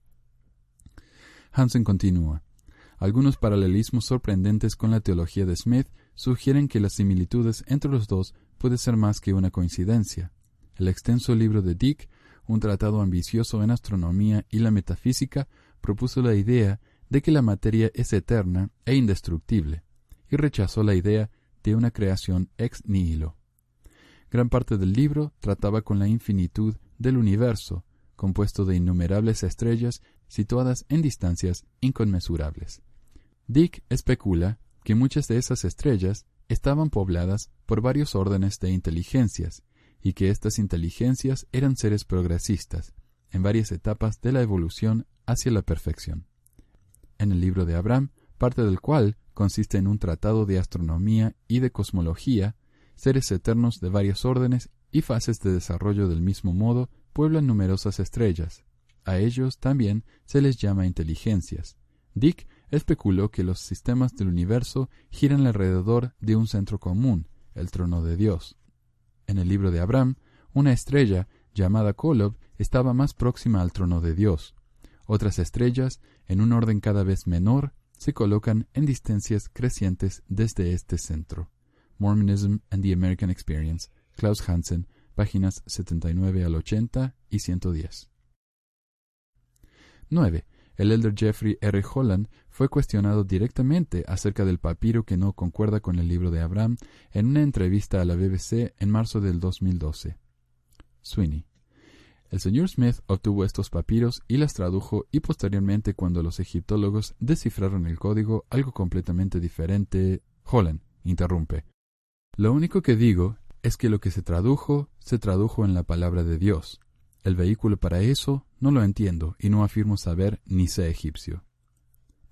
S1: Hansen continúa: «Algunos paralelismos sorprendentes con la teología de Smith sugieren que las similitudes entre los dos puede ser más que una coincidencia. El extenso libro de Dick, un tratado ambicioso en astronomía y la metafísica, propuso la idea de que la materia es eterna e indestructible, y rechazó la idea de una creación ex nihilo. Gran parte del libro trataba con la infinitud del universo, compuesto de innumerables estrellas situadas en distancias inconmensurables. Dick especula que muchas de esas estrellas estaban pobladas por varios órdenes de inteligencias, y que estas inteligencias eran seres progresistas, en varias etapas de la evolución hacia la perfección. En el libro de Abraham, parte del cual consiste en un tratado de astronomía y de cosmología, seres eternos de varios órdenes y fases de desarrollo del mismo modo pueblan numerosas estrellas. A ellos también se les llama inteligencias. Dick especuló que los sistemas del universo giran alrededor de un centro común, el trono de Dios. En el libro de Abraham, una estrella llamada Kolob estaba más próxima al trono de Dios. Otras estrellas, en un orden cada vez menor, se colocan en distancias crecientes desde este centro. Mormonism and the American Experience, Klaus Hansen, páginas 79 al 80 y 110. 9. El elder Jeffrey R. Holland fue cuestionado directamente acerca del papiro que no concuerda con el libro de Abraham en una entrevista a la BBC en marzo del 2012. Sweeney. El señor Smith obtuvo estos papiros y las tradujo, y posteriormente, cuando los egiptólogos descifraron el código, algo completamente diferente. Holland interrumpe: «Lo único que digo es que lo que se tradujo en la palabra de Dios. El vehículo para eso no lo entiendo y no afirmo saber ni sé egipcio.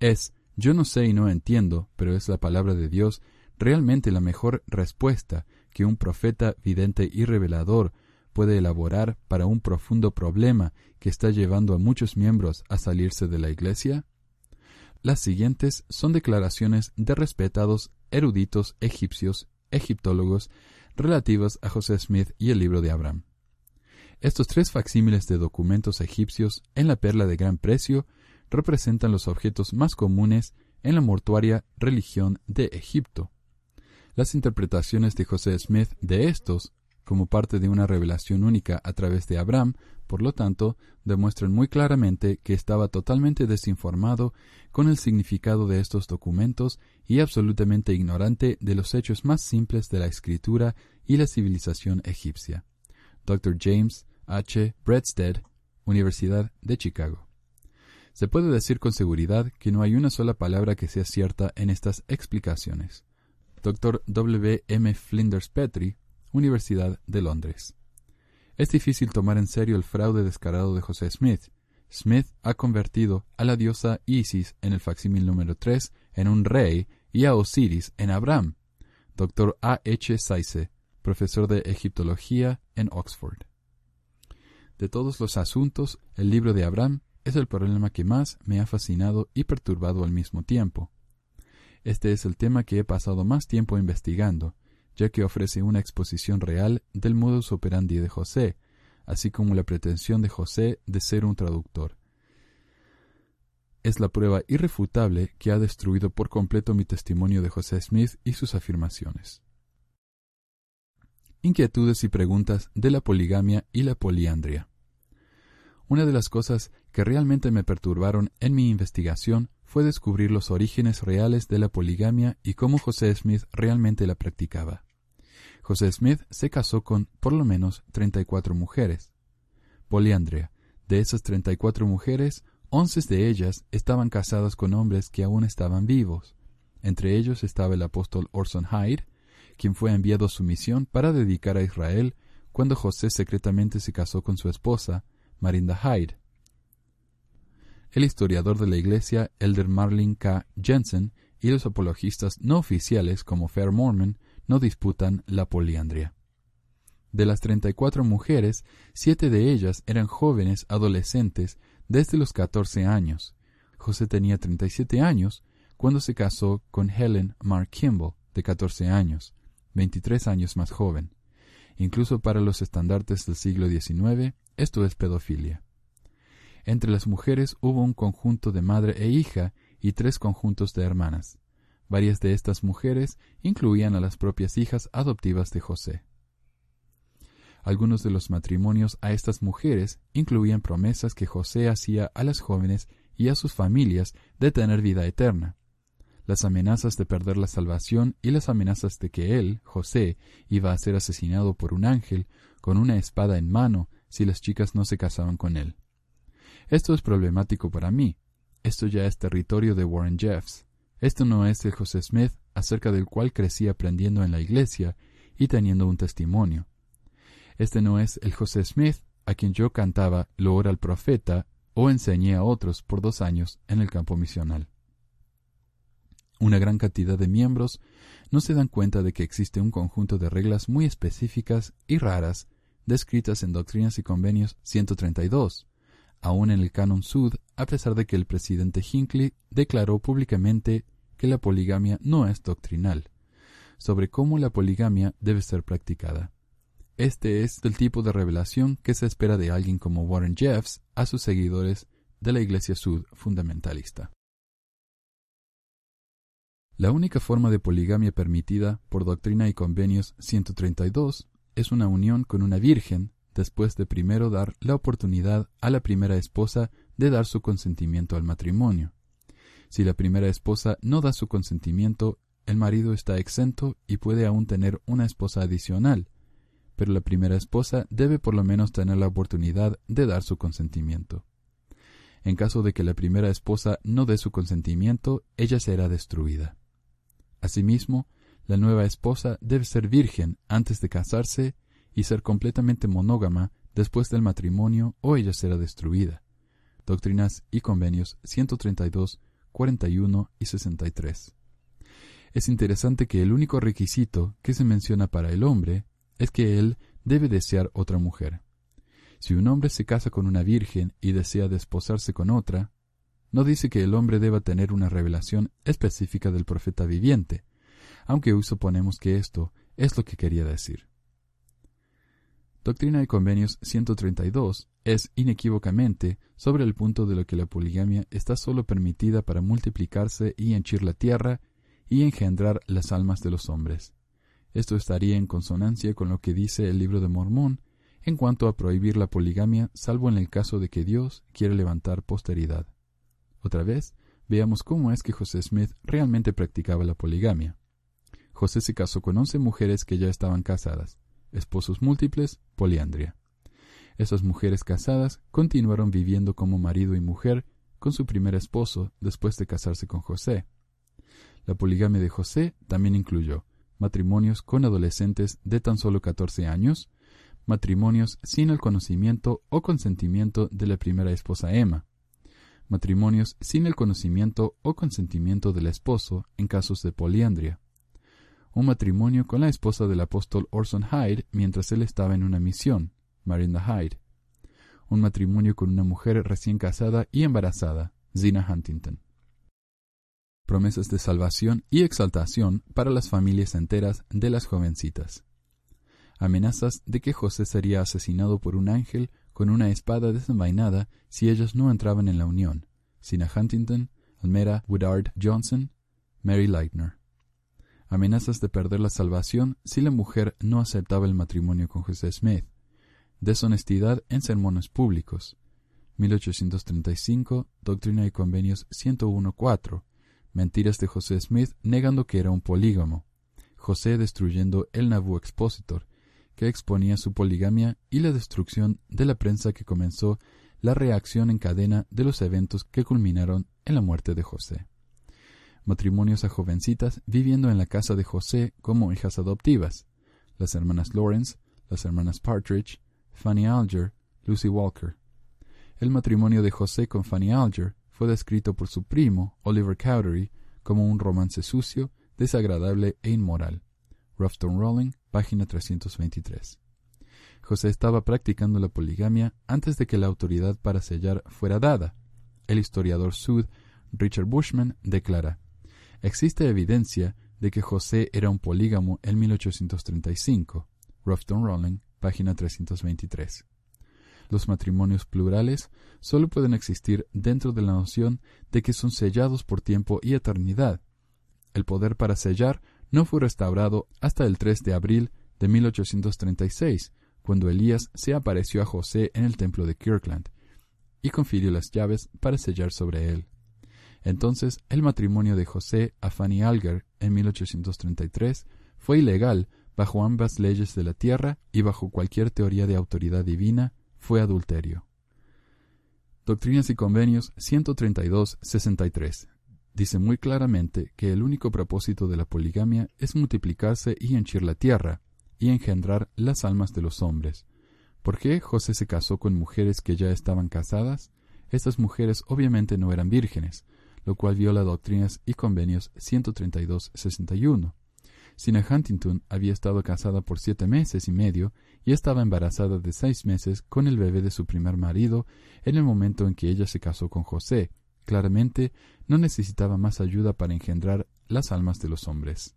S1: Yo no sé y no entiendo, pero es la palabra de Dios realmente la mejor respuesta que un profeta vidente y revelador puede elaborar para un profundo problema que está llevando a muchos miembros a salirse de la Iglesia? Las siguientes son declaraciones de respetados eruditos egiptólogos relativas a José Smith y el libro de Abraham. Estos 3 facsímiles de documentos egipcios en la perla de gran precio representan los objetos más comunes en la mortuaria religión de Egipto. Las interpretaciones de José Smith de estos, como parte de una revelación única a través de Abraham, por lo tanto, demuestran muy claramente que estaba totalmente desinformado con el significado de estos documentos y absolutamente ignorante de los hechos más simples de la escritura y la civilización egipcia. Dr. James H. Bredsted, Universidad de Chicago. Se puede decir con seguridad que no hay una sola palabra que sea cierta en estas explicaciones. Dr. W. M. Flinders Petrie, Universidad de Londres. Es difícil tomar en serio el fraude descarado de José Smith. Smith ha convertido a la diosa Isis en el facsímil número 3 en un rey y a Osiris en Abraham. Dr. A. H. Sayce, profesor de egiptología en Oxford. De todos los asuntos, el libro de Abraham es el problema que más me ha fascinado y perturbado al mismo tiempo. Este es el tema que he pasado más tiempo investigando, ya que ofrece una exposición real del modus operandi de José, así como la pretensión de José de ser un traductor. Es la prueba irrefutable que ha destruido por completo mi testimonio de José Smith y sus afirmaciones. Inquietudes y preguntas de la poligamia y la poliandria. Una de las cosas que realmente me perturbaron en mi investigación fue descubrir los orígenes reales de la poligamia y cómo José Smith realmente la practicaba. José Smith se casó con, por lo menos, 34 mujeres. Poliandria. De esas 34 mujeres, 11 de ellas estaban casadas con hombres que aún estaban vivos. Entre ellos estaba el apóstol Orson Hyde, quien fue enviado a su misión para dedicar a Israel cuando José secretamente se casó con su esposa, Marinda Hyde. El historiador de la Iglesia, Elder Marlin K. Jensen, y los apologistas no oficiales como Fair Mormon no disputan la poliandria. De las 34 mujeres, 7 de ellas eran jóvenes adolescentes desde los 14 años. José tenía 37 años cuando se casó con Helen Mar Kimball, de 14 años, 23 años más joven. Incluso para los estandartes del siglo XIX, esto es pedofilia. Entre las mujeres hubo un conjunto de madre e hija y 3 conjuntos de hermanas. Varias de estas mujeres incluían a las propias hijas adoptivas de José. Algunos de los matrimonios a estas mujeres incluían promesas que José hacía a las jóvenes y a sus familias de tener vida eterna, las amenazas de perder la salvación y las amenazas de que él, José, iba a ser asesinado por un ángel con una espada en mano si las chicas no se casaban con él. Esto es problemático para mí. Esto ya es territorio de Warren Jeffs. Esto no es el José Smith acerca del cual crecí aprendiendo en la iglesia y teniendo un testimonio. Este no es el José Smith a quien yo cantaba loor al profeta o enseñé a otros por 2 años en el campo misional. Una gran cantidad de miembros no se dan cuenta de que existe un conjunto de reglas muy específicas y raras descritas en Doctrinas y Convenios 132, aún en el Canon Sud, a pesar de que el presidente Hinckley declaró públicamente que la poligamia no es doctrinal, sobre cómo la poligamia debe ser practicada. Este es el tipo de revelación que se espera de alguien como Warren Jeffs a sus seguidores de la Iglesia Sud fundamentalista. La única forma de poligamia permitida por Doctrina y Convenios 132 es una unión con una virgen después de primero dar la oportunidad a la primera esposa de dar su consentimiento al matrimonio. Si la primera esposa no da su consentimiento, el marido está exento y puede aún tener una esposa adicional, pero la primera esposa debe por lo menos tener la oportunidad de dar su consentimiento. En caso de que la primera esposa no dé su consentimiento, ella será destruida. Asimismo, la nueva esposa debe ser virgen antes de casarse y ser completamente monógama después del matrimonio o ella será destruida. Doctrinas y Convenios 132, 41 y 63. Es interesante que el único requisito que se menciona para el hombre es que él debe desear otra mujer. Si un hombre se casa con una virgen y desea desposarse con otra, no dice que el hombre deba tener una revelación específica del profeta viviente, aunque hoy suponemos que esto es lo que quería decir. Doctrina y Convenios 132 es inequívocamente sobre el punto de lo que la poligamia está solo permitida para multiplicarse y henchir la tierra y engendrar las almas de los hombres. Esto estaría en consonancia con lo que dice el Libro de Mormón en cuanto a prohibir la poligamia, salvo en el caso de que Dios quiere levantar posteridad. Otra vez, veamos cómo es que José Smith realmente practicaba la poligamia. José se casó con 11 mujeres que ya estaban casadas, esposos múltiples, poliandria. Esas mujeres casadas continuaron viviendo como marido y mujer con su primer esposo después de casarse con José. La poligamia de José también incluyó matrimonios con adolescentes de tan solo 14 años, matrimonios sin el conocimiento o consentimiento de la primera esposa Emma, matrimonios sin el conocimiento o consentimiento del esposo en casos de poliandria, un matrimonio con la esposa del apóstol Orson Hyde mientras él estaba en una misión, Marinda Hyde, un matrimonio con una mujer recién casada y embarazada, Zina Huntington. Promesas de salvación y exaltación para las familias enteras de las jovencitas. Amenazas de que José sería asesinado por un ángel con una espada desenvainada si ellas no entraban en la unión. Zina Huntington, Almera Woodard Johnson, Mary Leitner. Amenazas de perder la salvación si la mujer no aceptaba el matrimonio con José Smith. Deshonestidad en sermones públicos. 1835, Doctrina y Convenios 101.4. Mentiras de José Smith negando que era un polígamo. José destruyendo el Nauvoo Expositor, que exponía su poligamia, y la destrucción de la prensa que comenzó la reacción en cadena de los eventos que culminaron en la muerte de José. Matrimonios a jovencitas viviendo en la casa de José como hijas adoptivas. Las hermanas Lawrence, las hermanas Partridge, Fanny Alger, Lucy Walker. El matrimonio de José con Fanny Alger fue descrito por su primo, Oliver Cowdery, como un romance sucio, desagradable e inmoral. Rough Stone Rolling, página 323. José estaba practicando la poligamia antes de que la autoridad para sellar fuera dada. El historiador Sud Richard Bushman declara: existe evidencia de que José era un polígamo en 1835. Rough Stone Rolling, página 323. Los matrimonios plurales solo pueden existir dentro de la noción de que son sellados por tiempo y eternidad. El poder para sellar no fue restaurado hasta el 3 de abril de 1836, cuando Elías se apareció a José en el templo de Kirkland y confirió las llaves para sellar sobre él. Entonces, el matrimonio de José a Fanny Alger en 1833 fue ilegal bajo ambas leyes de la tierra y bajo cualquier teoría de autoridad divina. Fue adulterio. Doctrinas y Convenios 132.63. Dice muy claramente que el único propósito de la poligamia es multiplicarse y henchir la tierra, y engendrar las almas de los hombres. ¿Por qué José se casó con mujeres que ya estaban casadas? Estas mujeres obviamente no eran vírgenes, lo cual viola Doctrinas y Convenios 132.61. Zina Huntington había estado casada por 7 meses y medio y estaba embarazada de 6 meses con el bebé de su primer marido en el momento en que ella se casó con José. Claramente, no necesitaba más ayuda para engendrar las almas de los hombres.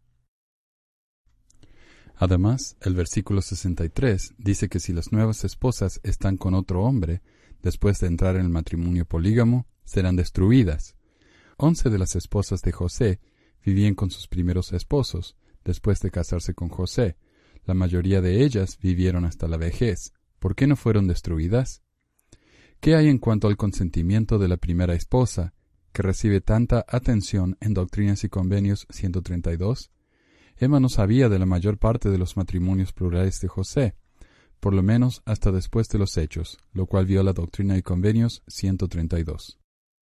S1: Además, el versículo 63 dice que si las nuevas esposas están con otro hombre, después de entrar en el matrimonio polígamo, serán destruidas. 11 de las esposas de José vivían con sus primeros esposos, después de casarse con José. La mayoría de ellas vivieron hasta la vejez. ¿Por qué no fueron destruidas? ¿Qué hay en cuanto al consentimiento de la primera esposa, que recibe tanta atención en Doctrinas y Convenios 132? Emma no sabía de la mayor parte de los matrimonios plurales de José, por lo menos hasta después de los hechos, lo cual viola Doctrina y Convenios 132.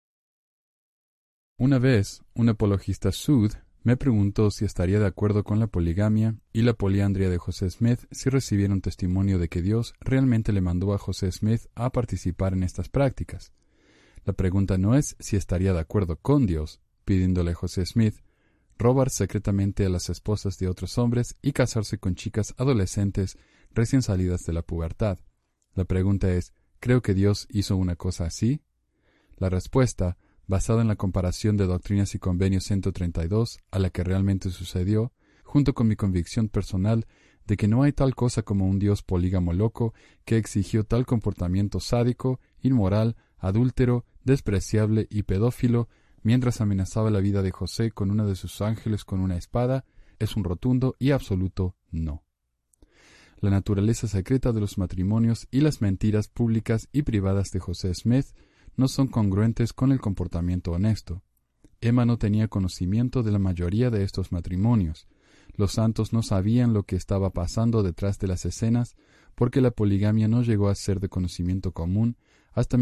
S1: Una vez, un apologista Sud me preguntó si estaría de acuerdo con la poligamia y la poliandria de José Smith si recibiera un testimonio de que Dios realmente le mandó a José Smith a participar en estas prácticas. La pregunta no es si estaría de acuerdo con Dios, pidiéndole a José Smith, robar secretamente a las esposas de otros hombres y casarse con chicas adolescentes recién salidas de la pubertad. La pregunta es, ¿creo que Dios hizo una cosa así? La respuesta, basada en la comparación de Doctrinas y Convenios 132 a la que realmente sucedió, junto con mi convicción personal de que no hay tal cosa como un Dios polígamo loco que exigió tal comportamiento sádico, inmoral, adúltero, despreciable y pedófilo mientras amenazaba la vida de José con uno de sus ángeles con una espada, es un rotundo y absoluto no. La naturaleza secreta de los matrimonios y las mentiras públicas y privadas de José Smith no son congruentes con el comportamiento honesto. Emma no tenía conocimiento de la mayoría de estos matrimonios. Los santos no sabían lo que estaba pasando detrás de las escenas porque la poligamia no llegó a ser de conocimiento común hasta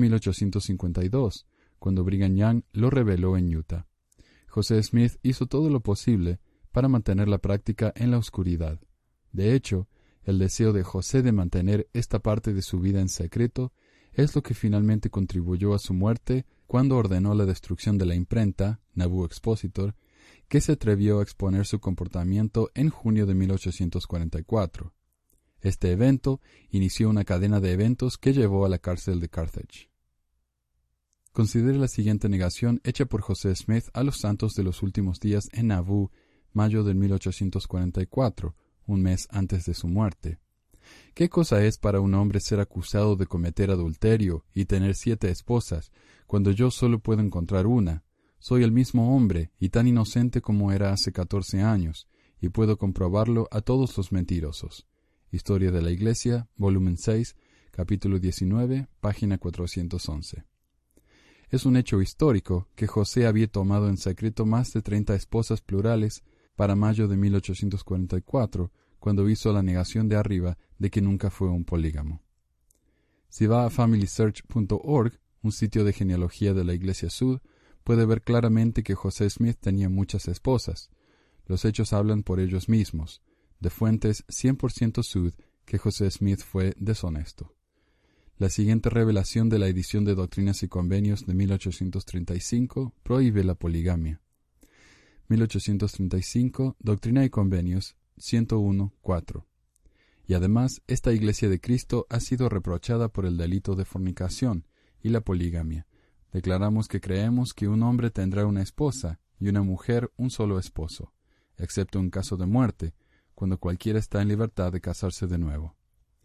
S1: 1852, cuando Brigham Young lo reveló en Utah. José Smith hizo todo lo posible para mantener la práctica en la oscuridad. De hecho, el deseo de José de mantener esta parte de su vida en secreto es lo que finalmente contribuyó a su muerte cuando ordenó la destrucción de la imprenta, Nauvoo Expositor, que se atrevió a exponer su comportamiento en junio de 1844. Este evento inició una cadena de eventos que llevó a la cárcel de Carthage. Considere la siguiente negación hecha por José Smith a los santos de los últimos días en Nauvoo, mayo de 1844, un mes antes de su muerte. ¿Qué cosa es para un hombre ser acusado de cometer adulterio y tener 7 esposas, cuando yo solo puedo encontrar una? Soy el mismo hombre y tan inocente como era hace 14 años, y puedo comprobarlo a todos los mentirosos. Historia de la Iglesia, volumen 6, capítulo 19, página 411. Es un hecho histórico que José había tomado en secreto más de 30 esposas plurales para mayo de 1844, cuando hizo la negación de arriba de que nunca fue un polígamo. Si va a FamilySearch.org, un sitio de genealogía de la Iglesia Sud, puede ver claramente que José Smith tenía muchas esposas. Los hechos hablan por ellos mismos, de fuentes 100% Sud, que José Smith fue deshonesto. La siguiente revelación de la edición de Doctrinas y Convenios de 1835 prohíbe la poligamia. 1835, Doctrina y Convenios 101.4. Y además, esta Iglesia de Cristo ha sido reprochada por el delito de fornicación y la poligamia. Declaramos que creemos que un hombre tendrá una esposa y una mujer un solo esposo, excepto en caso de muerte, cuando cualquiera está en libertad de casarse de nuevo.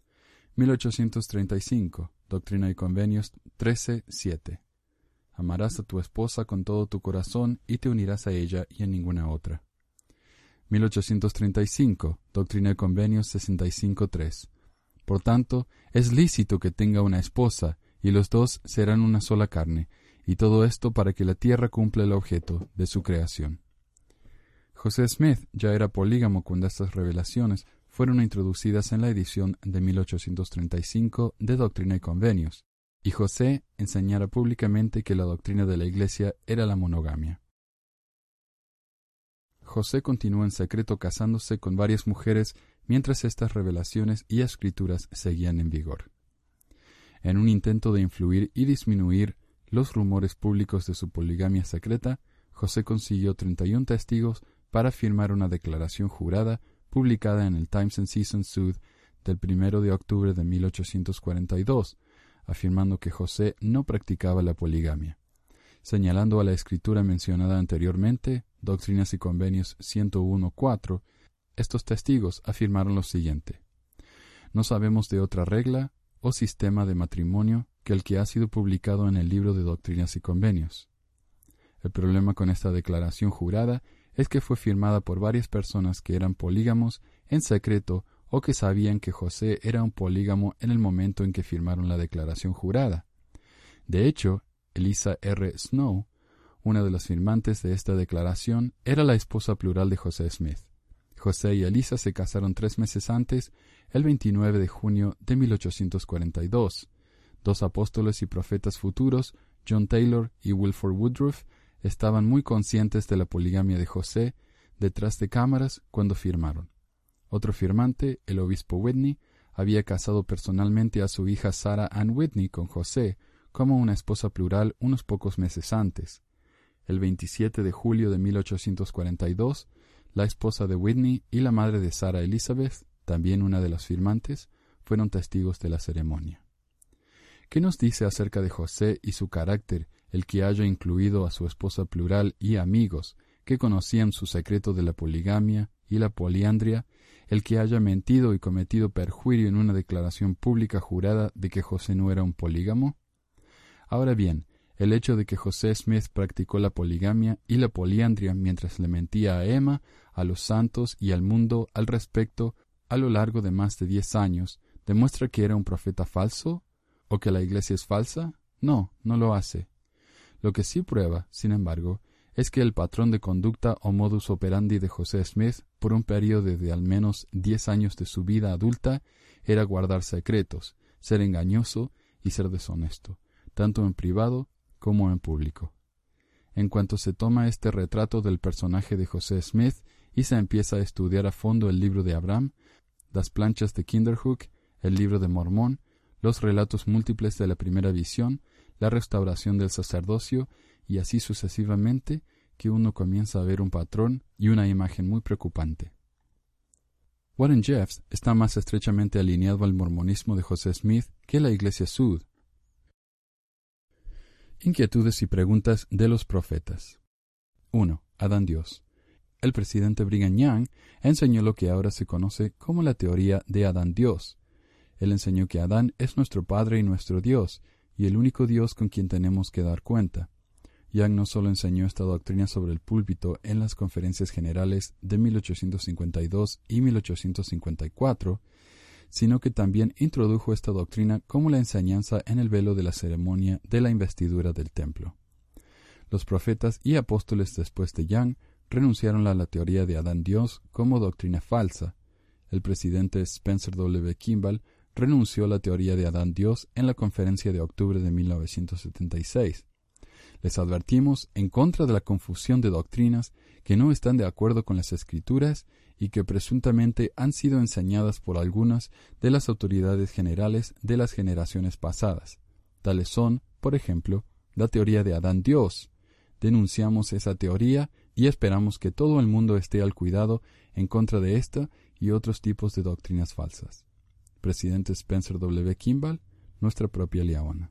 S1: 1835, Doctrina y Convenios 13.7. Amarás a tu esposa con todo tu corazón y te unirás a ella y a ninguna otra. 1835, Doctrina y Convenios 65.3. Por tanto, es lícito que tenga una esposa, y los dos serán una sola carne, y todo esto para que la tierra cumpla el objeto de su creación. José Smith ya era polígamo cuando estas revelaciones fueron introducidas en la edición de 1835 de Doctrina y Convenios, y José enseñara públicamente que la doctrina de la Iglesia era la monogamia. José continuó en secreto casándose con varias mujeres mientras estas revelaciones y escrituras seguían en vigor. En un intento de influir y disminuir los rumores públicos de su poligamia secreta, José consiguió 31 testigos para firmar una declaración jurada publicada en el Times and Season Sud del 1 de octubre de 1842, afirmando que José no practicaba la poligamia. Señalando a la escritura mencionada anteriormente, Doctrinas y Convenios 101.4, estos testigos afirmaron lo siguiente: no sabemos de otra regla o sistema de matrimonio que el que ha sido publicado en el libro de Doctrinas y Convenios. El problema con esta declaración jurada es que fue firmada por varias personas que eran polígamos en secreto o que sabían que José era un polígamo en el momento en que firmaron la declaración jurada. De hecho, Eliza R. Snow, una de las firmantes de esta declaración, era la esposa plural de José Smith. José y Eliza se casaron 3 meses antes, el 29 de junio de 1842. 2 apóstoles y profetas futuros, John Taylor y Wilford Woodruff, estaban muy conscientes de la poligamia de José detrás de cámaras cuando firmaron. Otro firmante, el obispo Whitney, había casado personalmente a su hija Sarah Ann Whitney con José como una esposa plural unos pocos meses antes. El 27 de julio de 1842, la esposa de Whitney y la madre de Sarah Elizabeth, también una de las firmantes, fueron testigos de la ceremonia. ¿Qué nos dice acerca de José y su carácter el que haya incluido a su esposa plural y amigos que conocían su secreto de la poligamia y la poliandria, el que haya mentido y cometido perjurio en una declaración pública jurada de que José no era un polígamo? Ahora bien, el hecho de que José Smith practicó la poligamia y la poliandria mientras le mentía a Emma, a los santos y al mundo al respecto a lo largo de más de 10 años, ¿demuestra que era un profeta falso? ¿O que la Iglesia es falsa? No, no lo hace. Lo que sí prueba, sin embargo, es que el patrón de conducta o modus operandi de José Smith por un periodo de al menos 10 años de su vida adulta era guardar secretos, ser engañoso y ser deshonesto, tanto en privado como en público. En cuanto se toma este retrato del personaje de José Smith y se empieza a estudiar a fondo el libro de Abraham, las planchas de Kinderhook, el libro de Mormón, los relatos múltiples de la primera visión, la restauración del sacerdocio y así sucesivamente, que uno comienza a ver un patrón y una imagen muy preocupante. Warren Jeffs está más estrechamente alineado al mormonismo de José Smith que la Iglesia Sud. Inquietudes y preguntas de los profetas. 1. Adán Dios. El presidente Brigham Young enseñó lo que ahora se conoce como la teoría de Adán Dios. Él enseñó que Adán es nuestro Padre y nuestro Dios, y el único Dios con quien tenemos que dar cuenta. Young no solo enseñó esta doctrina sobre el púlpito en las conferencias generales de 1852 y 1854, sino que también introdujo esta doctrina como la enseñanza en el velo de la ceremonia de la investidura del templo. Los profetas y apóstoles después de Young renunciaron a la teoría de Adán Dios como doctrina falsa. El presidente Spencer W. Kimball renunció a la teoría de Adán Dios en la conferencia de octubre de 1976. Les advertimos en contra de la confusión de doctrinas que no están de acuerdo con las Escrituras y que presuntamente han sido enseñadas por algunas de las autoridades generales de las generaciones pasadas. Tales son, por ejemplo, la teoría de Adán Dios. Denunciamos esa teoría y esperamos que todo el mundo esté al cuidado en contra de esta y otros tipos de doctrinas falsas. Presidente Spencer W. Kimball, nuestra propia Liaona.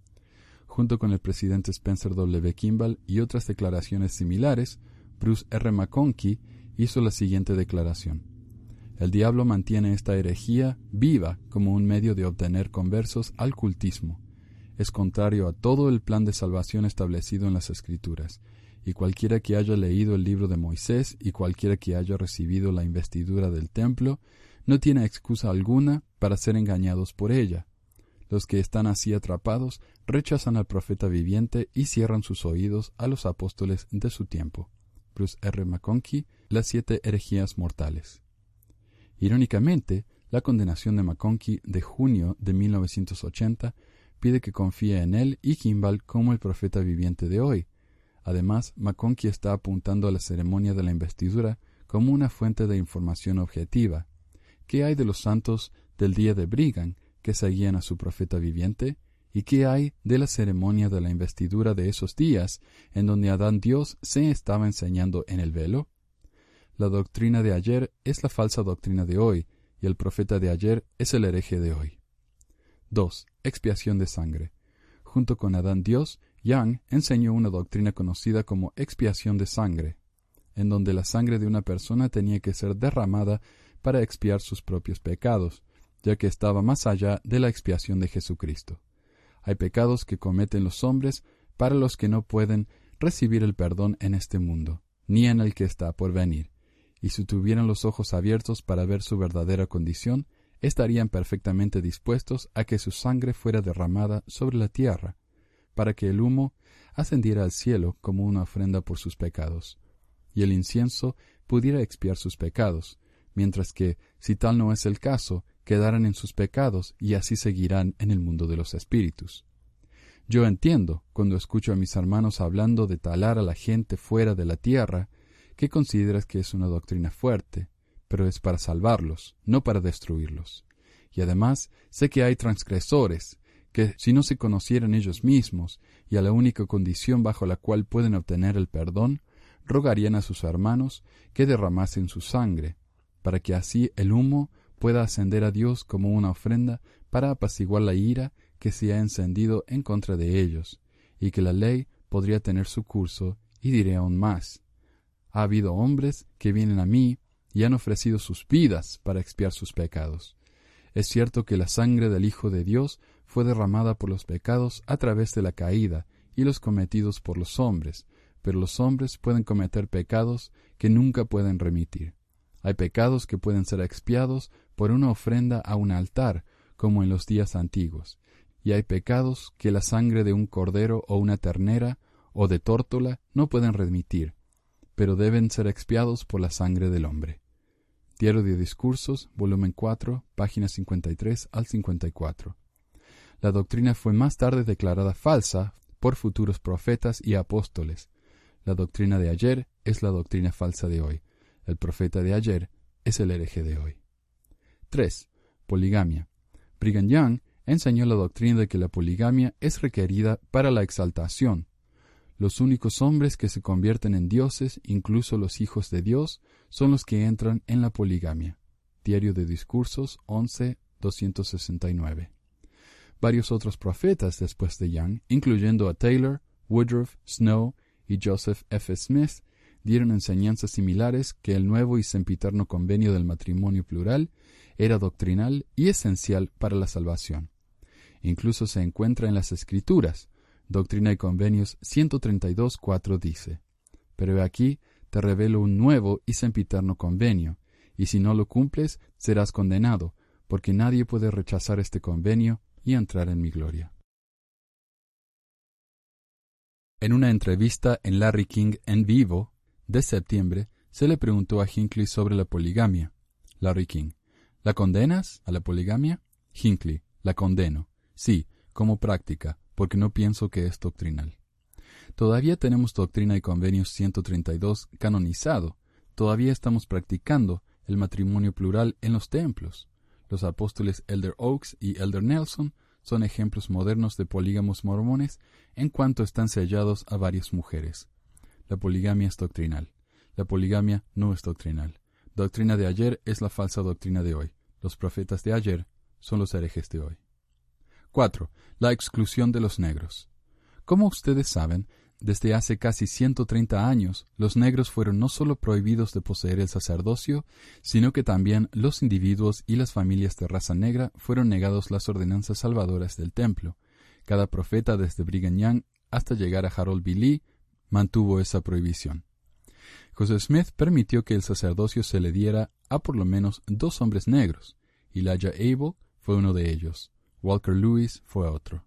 S1: Junto con el presidente Spencer W. Kimball y otras declaraciones similares, Bruce R. McConkie hizo la siguiente declaración. El diablo mantiene esta herejía viva como un medio de obtener conversos al cultismo. Es contrario a todo el plan de salvación establecido en las Escrituras, y cualquiera que haya leído el libro de Moisés y cualquiera que haya recibido la investidura del templo, no tiene excusa alguna para ser engañados por ella. Los que están así atrapados rechazan al profeta viviente y cierran sus oídos a los apóstoles de su tiempo. Bruce R. McConkie, Las 7 herejías mortales. Irónicamente, la condenación de McConkie de junio de 1980 pide que confíe en él y Kimball como el profeta viviente de hoy. Además, McConkie está apuntando a la ceremonia de la investidura como una fuente de información objetiva. ¿Qué hay de los santos del día de Brigham que seguían a su profeta viviente? ¿Y qué hay de la ceremonia de la investidura de esos días en donde Adán Dios se estaba enseñando en el velo? La doctrina de ayer es la falsa doctrina de hoy, y el profeta de ayer es el hereje de hoy. 2. Expiación de sangre. Junto con Adán Dios, Young enseñó una doctrina conocida como expiación de sangre, en donde la sangre de una persona tenía que ser derramada para expiar sus propios pecados, ya que estaba más allá de la expiación de Jesucristo. Hay pecados que cometen los hombres para los que no pueden recibir el perdón en este mundo, ni en el que está por venir, y si tuvieran los ojos abiertos para ver su verdadera condición, estarían perfectamente dispuestos a que su sangre fuera derramada sobre la tierra, para que el humo ascendiera al cielo como una ofrenda por sus pecados, y el incienso pudiera expiar sus pecados, mientras que, si tal no es el caso, quedarán en sus pecados y así seguirán en el mundo de los espíritus. Yo entiendo, cuando escucho a mis hermanos hablando de talar a la gente fuera de la tierra, que consideras que es una doctrina fuerte, pero es para salvarlos, no para destruirlos. Y además sé que hay transgresores, que si no se conocieran ellos mismos y a la única condición bajo la cual pueden obtener el perdón, rogarían a sus hermanos que derramasen su sangre, para que así el humo pueda ascender a Dios como una ofrenda para apaciguar la ira que se ha encendido en contra de ellos, y que la ley podría tener su curso, y diré aún más. Ha habido hombres que vienen a mí y han ofrecido sus vidas para expiar sus pecados. Es cierto que la sangre del Hijo de Dios fue derramada por los pecados a través de la caída y los cometidos por los hombres, pero los hombres pueden cometer pecados que nunca pueden remitir. Hay pecados que pueden ser expiados por una ofrenda a un altar, como en los días antiguos, y hay pecados que la sangre de un cordero o una ternera o de tórtola no pueden remitir, pero deben ser expiados por la sangre del hombre. Diario de Discursos, volumen 4, páginas 53 al 54. La doctrina fue más tarde declarada falsa por futuros profetas y apóstoles. La doctrina de ayer es la doctrina falsa de hoy. El profeta de ayer es el hereje de hoy. 3. Poligamia. Brigham Young enseñó la doctrina de que la poligamia es requerida para la exaltación. Los únicos hombres que se convierten en dioses, incluso los hijos de Dios, son los que entran en la poligamia. Diario de Discursos 11, 269. Varios otros profetas después de Young, incluyendo a Taylor, Woodruff, Snow y Joseph F. Smith, dieron enseñanzas similares que el nuevo y sempiterno convenio del matrimonio plural era doctrinal y esencial para la salvación. Incluso se encuentra en las Escrituras. Doctrina y Convenios 132:4 dice: Pero aquí te revelo un nuevo y sempiterno convenio, y si no lo cumples, serás condenado, porque nadie puede rechazar este convenio y entrar en mi gloria. En una entrevista en Larry King en vivo de septiembre, se le preguntó a Hinckley sobre la poligamia. Larry King: ¿La condenas a la poligamia? Hinckley: La condeno. Sí, como práctica, porque no pienso que es doctrinal. Todavía tenemos Doctrina y Convenios 132 canonizado. Todavía estamos practicando el matrimonio plural en los templos. Los apóstoles Elder Oaks y Elder Nelson son ejemplos modernos de polígamos mormones en cuanto están sellados a varias mujeres. La poligamia es doctrinal. La poligamia no es doctrinal. Doctrina de ayer es la falsa doctrina de hoy. Los profetas de ayer son los herejes de hoy. 4. La exclusión de los negros. Como ustedes saben, desde hace casi 130 años, los negros fueron no solo prohibidos de poseer el sacerdocio, sino que también los individuos y las familias de raza negra fueron negados las ordenanzas salvadoras del templo. Cada profeta desde Brigham Young hasta llegar a Harold B. Lee mantuvo esa prohibición. Joseph Smith permitió que el sacerdocio se le diera a por lo menos 2 hombres negros. Elijah Abel fue uno de ellos. Walker Lewis fue otro.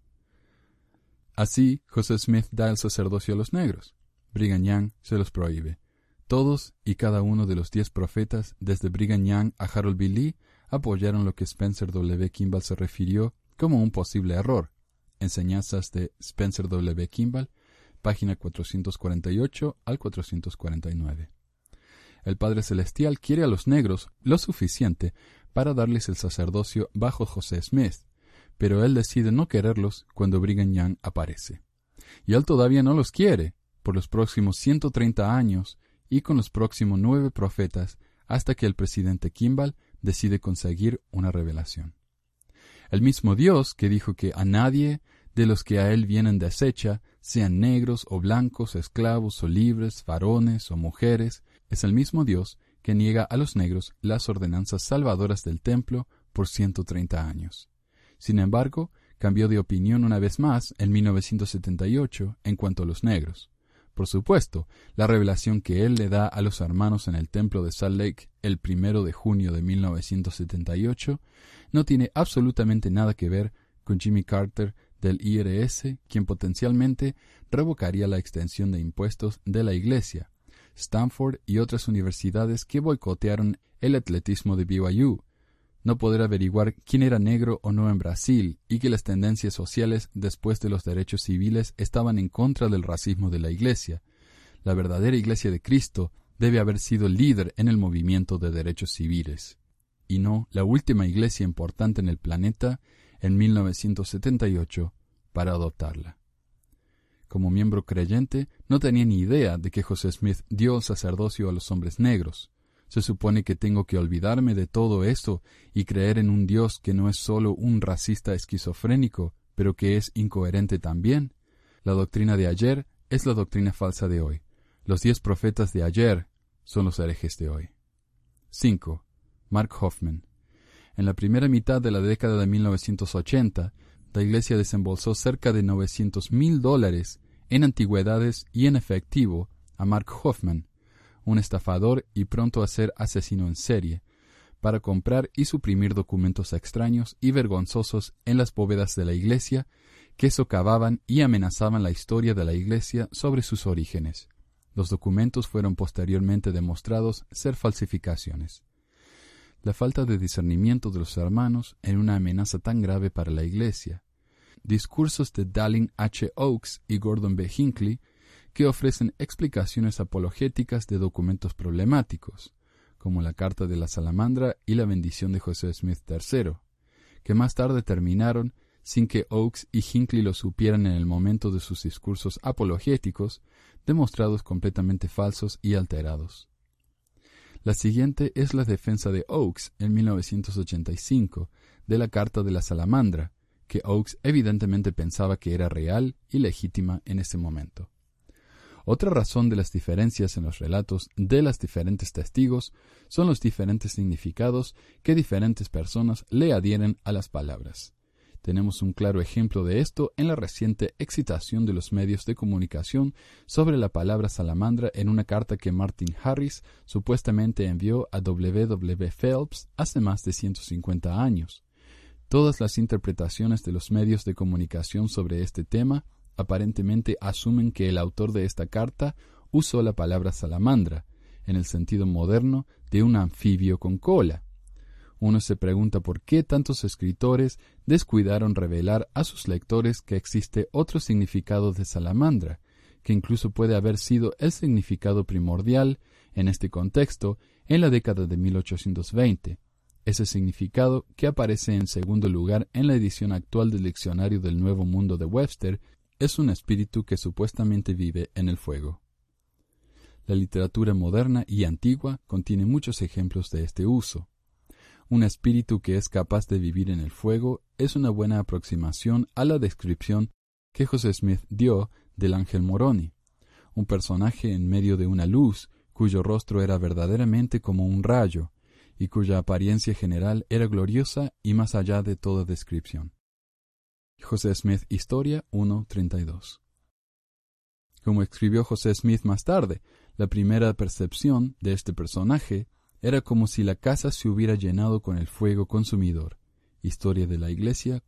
S1: Así, Joseph Smith da el sacerdocio a los negros. Brigham Young se los prohíbe. Todos y cada uno de los 10 profetas, desde Brigham Young a Harold B. Lee, apoyaron lo que Spencer W. Kimball se refirió como un posible error. Enseñanzas de Spencer W. Kimball, página 448 al 449. El Padre Celestial quiere a los negros lo suficiente para darles el sacerdocio bajo José Smith, pero él decide no quererlos cuando Brigham Young aparece. Y él todavía no los quiere por los próximos 130 años y con los próximos 9 profetas hasta que el presidente Kimball decide conseguir una revelación. El mismo Dios que dijo que a nadie de los que a él vienen desecha, sean negros o blancos, esclavos o libres, varones o mujeres, es el mismo Dios que niega a los negros las ordenanzas salvadoras del templo por 130 años. Sin embargo, cambió de opinión una vez más en 1978 en cuanto a los negros. Por supuesto, la revelación que él le da a los hermanos en el templo de Salt Lake el 1 de junio de 1978 no tiene absolutamente nada que ver con Jimmy Carter del IRS, quien potencialmente revocaría la extensión de impuestos de la Iglesia, Stanford y otras universidades que boicotearon el atletismo de BYU, no poder averiguar quién era negro o no en Brasil y que las tendencias sociales después de los derechos civiles estaban en contra del racismo de la Iglesia. La verdadera Iglesia de Cristo debe haber sido líder en el movimiento de derechos civiles, y no la última iglesia importante en el planeta en 1978 para adoptarla. Como miembro creyente, no tenía ni idea de que José Smith dio el sacerdocio a los hombres negros. Se supone que tengo que olvidarme de todo esto y creer en un Dios que no es solo un racista esquizofrénico, pero que es incoherente también. La doctrina de ayer es la doctrina falsa de hoy. Los 10 profetas de ayer son los herejes de hoy. 5. Mark Hoffman. En la primera mitad de la década de 1980, la Iglesia desembolsó cerca de $900,000 en antigüedades y en efectivo a Mark Hoffman, un estafador y pronto a ser asesino en serie, para comprar y suprimir documentos extraños y vergonzosos en las bóvedas de la Iglesia que socavaban y amenazaban la historia de la Iglesia sobre sus orígenes. Los documentos fueron posteriormente demostrados ser falsificaciones. La falta de discernimiento de los hermanos era una amenaza tan grave para la Iglesia. Discursos de Dallin H. Oaks y Gordon B. Hinckley que ofrecen explicaciones apologéticas de documentos problemáticos, como la Carta de la Salamandra y la bendición de José Smith III, que más tarde terminaron sin que Oaks y Hinckley lo supieran en el momento de sus discursos apologéticos, demostrados completamente falsos y alterados. La siguiente es la defensa de Oaks en 1985 de la Carta de la Salamandra, que Oaks evidentemente pensaba que era real y legítima en ese momento. Otra razón de las diferencias en los relatos de los diferentes testigos son los diferentes significados que diferentes personas le adhieren a las palabras. Tenemos un claro ejemplo de esto en la reciente excitación de los medios de comunicación sobre la palabra salamandra en una carta que Martin Harris supuestamente envió a W. W. Phelps hace más de 150 años. Todas las interpretaciones de los medios de comunicación sobre este tema aparentemente asumen que el autor de esta carta usó la palabra salamandra, en el sentido moderno de un anfibio con cola. Uno se pregunta por qué tantos escritores descuidaron revelar a sus lectores que existe otro significado de salamandra, que incluso puede haber sido el significado primordial, en este contexto, en la década de 1820. Ese significado, que aparece en segundo lugar en la edición actual del Diccionario del Nuevo Mundo de Webster, es un espíritu que supuestamente vive en el fuego. La literatura moderna y antigua contiene muchos ejemplos de este uso. Un espíritu que es capaz de vivir en el fuego es una buena aproximación a la descripción que José Smith dio del ángel Moroni, un personaje en medio de una luz cuyo rostro era verdaderamente como un rayo y cuya apariencia general era gloriosa y más allá de toda descripción. José Smith, Historia 1:32. Como escribió José Smith más tarde, la primera percepción de este personaje era como si la casa se hubiera llenado con el fuego consumidor. Historia de la Iglesia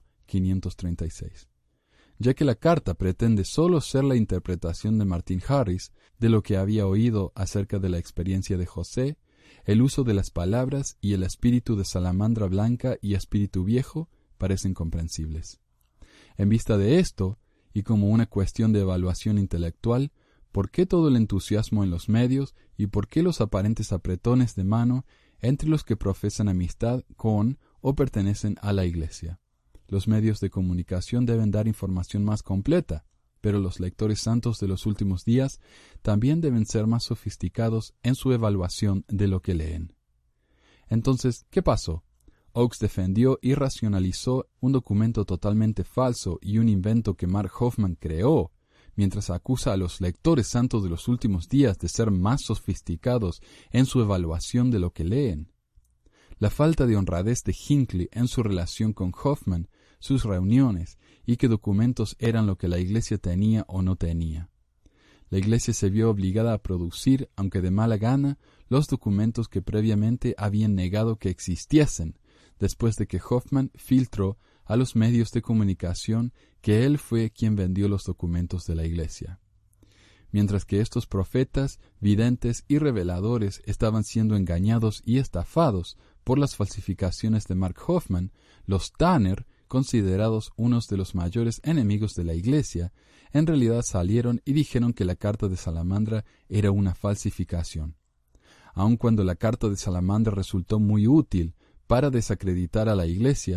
S1: 4:536. Ya que la carta pretende solo ser la interpretación de Martin Harris de lo que había oído acerca de la experiencia de José, el uso de las palabras y el espíritu de salamandra blanca y espíritu viejo parecen comprensibles. En vista de esto, y como una cuestión de evaluación intelectual, ¿por qué todo el entusiasmo en los medios y por qué los aparentes apretones de mano entre los que profesan amistad con o pertenecen a la Iglesia? Los medios de comunicación deben dar información más completa, pero los lectores santos de los últimos días también deben ser más sofisticados en su evaluación de lo que leen. Entonces, ¿qué pasó? Oaks defendió y racionalizó un documento totalmente falso y un invento que Mark Hoffman creó, mientras acusa a los lectores santos de los últimos días de ser más sofisticados en su evaluación de lo que leen. La falta de honradez de Hinckley en su relación con Hoffman, sus reuniones y qué documentos eran lo que la Iglesia tenía o no tenía. La Iglesia se vio obligada a producir, aunque de mala gana, los documentos que previamente habían negado que existiesen, después de que Hoffman filtró a los medios de comunicación que él fue quien vendió los documentos de la Iglesia. Mientras que estos profetas, videntes y reveladores estaban siendo engañados y estafados por las falsificaciones de Mark Hoffman, los Tanner, considerados unos de los mayores enemigos de la Iglesia, en realidad salieron y dijeron que la carta de Salamandra era una falsificación. Aun cuando la carta de Salamandra resultó muy útil para desacreditar a la Iglesia,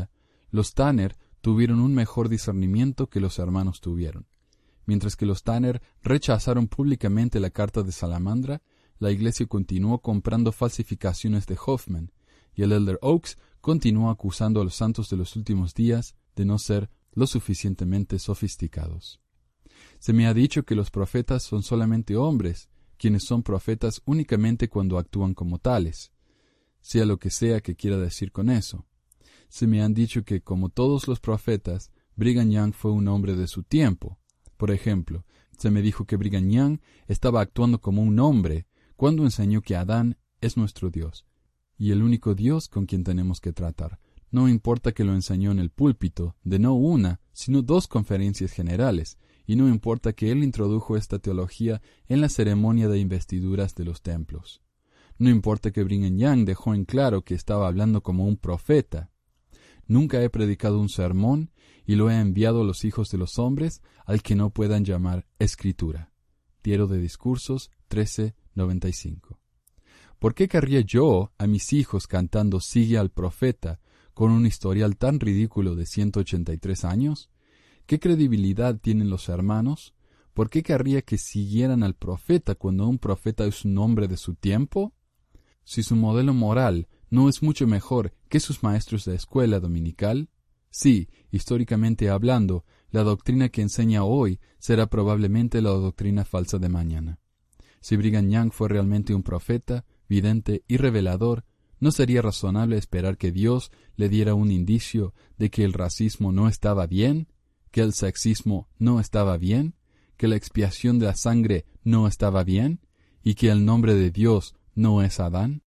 S1: Los Tanner tuvieron un mejor discernimiento que los hermanos tuvieron. Mientras que los Tanner rechazaron públicamente la carta de Salamandra, la Iglesia continuó comprando falsificaciones de Hoffman, y el Elder Oaks continuó acusando a los santos de los últimos días de no ser lo suficientemente sofisticados. Se me ha dicho que los profetas son solamente hombres, quienes son profetas únicamente cuando actúan como tales, sea lo que sea que quiera decir con eso. Se me han dicho que, como todos los profetas, Brigham Young fue un hombre de su tiempo. Por ejemplo, se me dijo que Brigham Young estaba actuando como un hombre cuando enseñó que Adán es nuestro Dios, y el único Dios con quien tenemos que tratar. No importa que lo enseñó en el púlpito, de no una, sino 2 conferencias generales, y no importa que él introdujo esta teología en la ceremonia de investiduras de los templos. No importa que Brigham Young dejó en claro que estaba hablando como un profeta. Nunca he predicado un sermón y lo he enviado a los hijos de los hombres al que no puedan llamar Escritura. Diario de Discursos 13:95. ¿Por qué querría yo a mis hijos cantando Sigue al profeta con un historial tan ridículo de 183 años? ¿Qué credibilidad tienen los hermanos? ¿Por qué querría que siguieran al profeta cuando un profeta es un hombre de su tiempo? Si su modelo moral no es mucho mejor que sus maestros de escuela dominical, sí, históricamente hablando, la doctrina que enseña hoy será probablemente la doctrina falsa de mañana. Si Brigham Young fue realmente un profeta, vidente y revelador, ¿no sería razonable esperar que Dios le diera un indicio de que el racismo no estaba bien, que el sexismo no estaba bien, que la expiación de la sangre no estaba bien, y que el nombre de Dios no es Adán?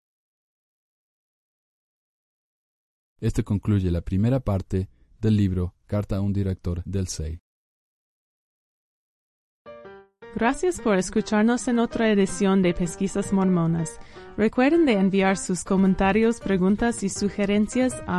S1: Este concluye la primera parte del libro Carta a un director del SEI.
S5: Gracias por escucharnos en otra edición de Pesquisas Mormonas. Recuerden de enviar sus comentarios, preguntas y sugerencias a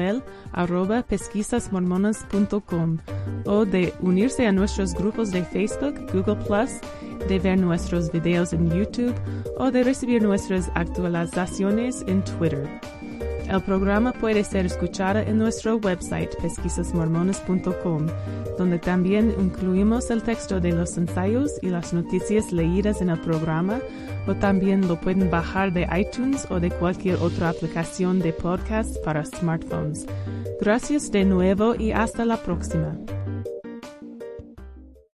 S5: manuel@pesquisasmormonas.com o de unirse a nuestros grupos de Facebook, Google+, de ver nuestros videos en YouTube o de recibir nuestras actualizaciones en Twitter. El programa puede ser escuchado en nuestro website pesquisasmormonas.com, donde también incluimos el texto de los ensayos y las noticias leídas en el programa, o también lo pueden bajar de iTunes o de cualquier otra aplicación de podcast para smartphones. Gracias de nuevo y hasta la próxima.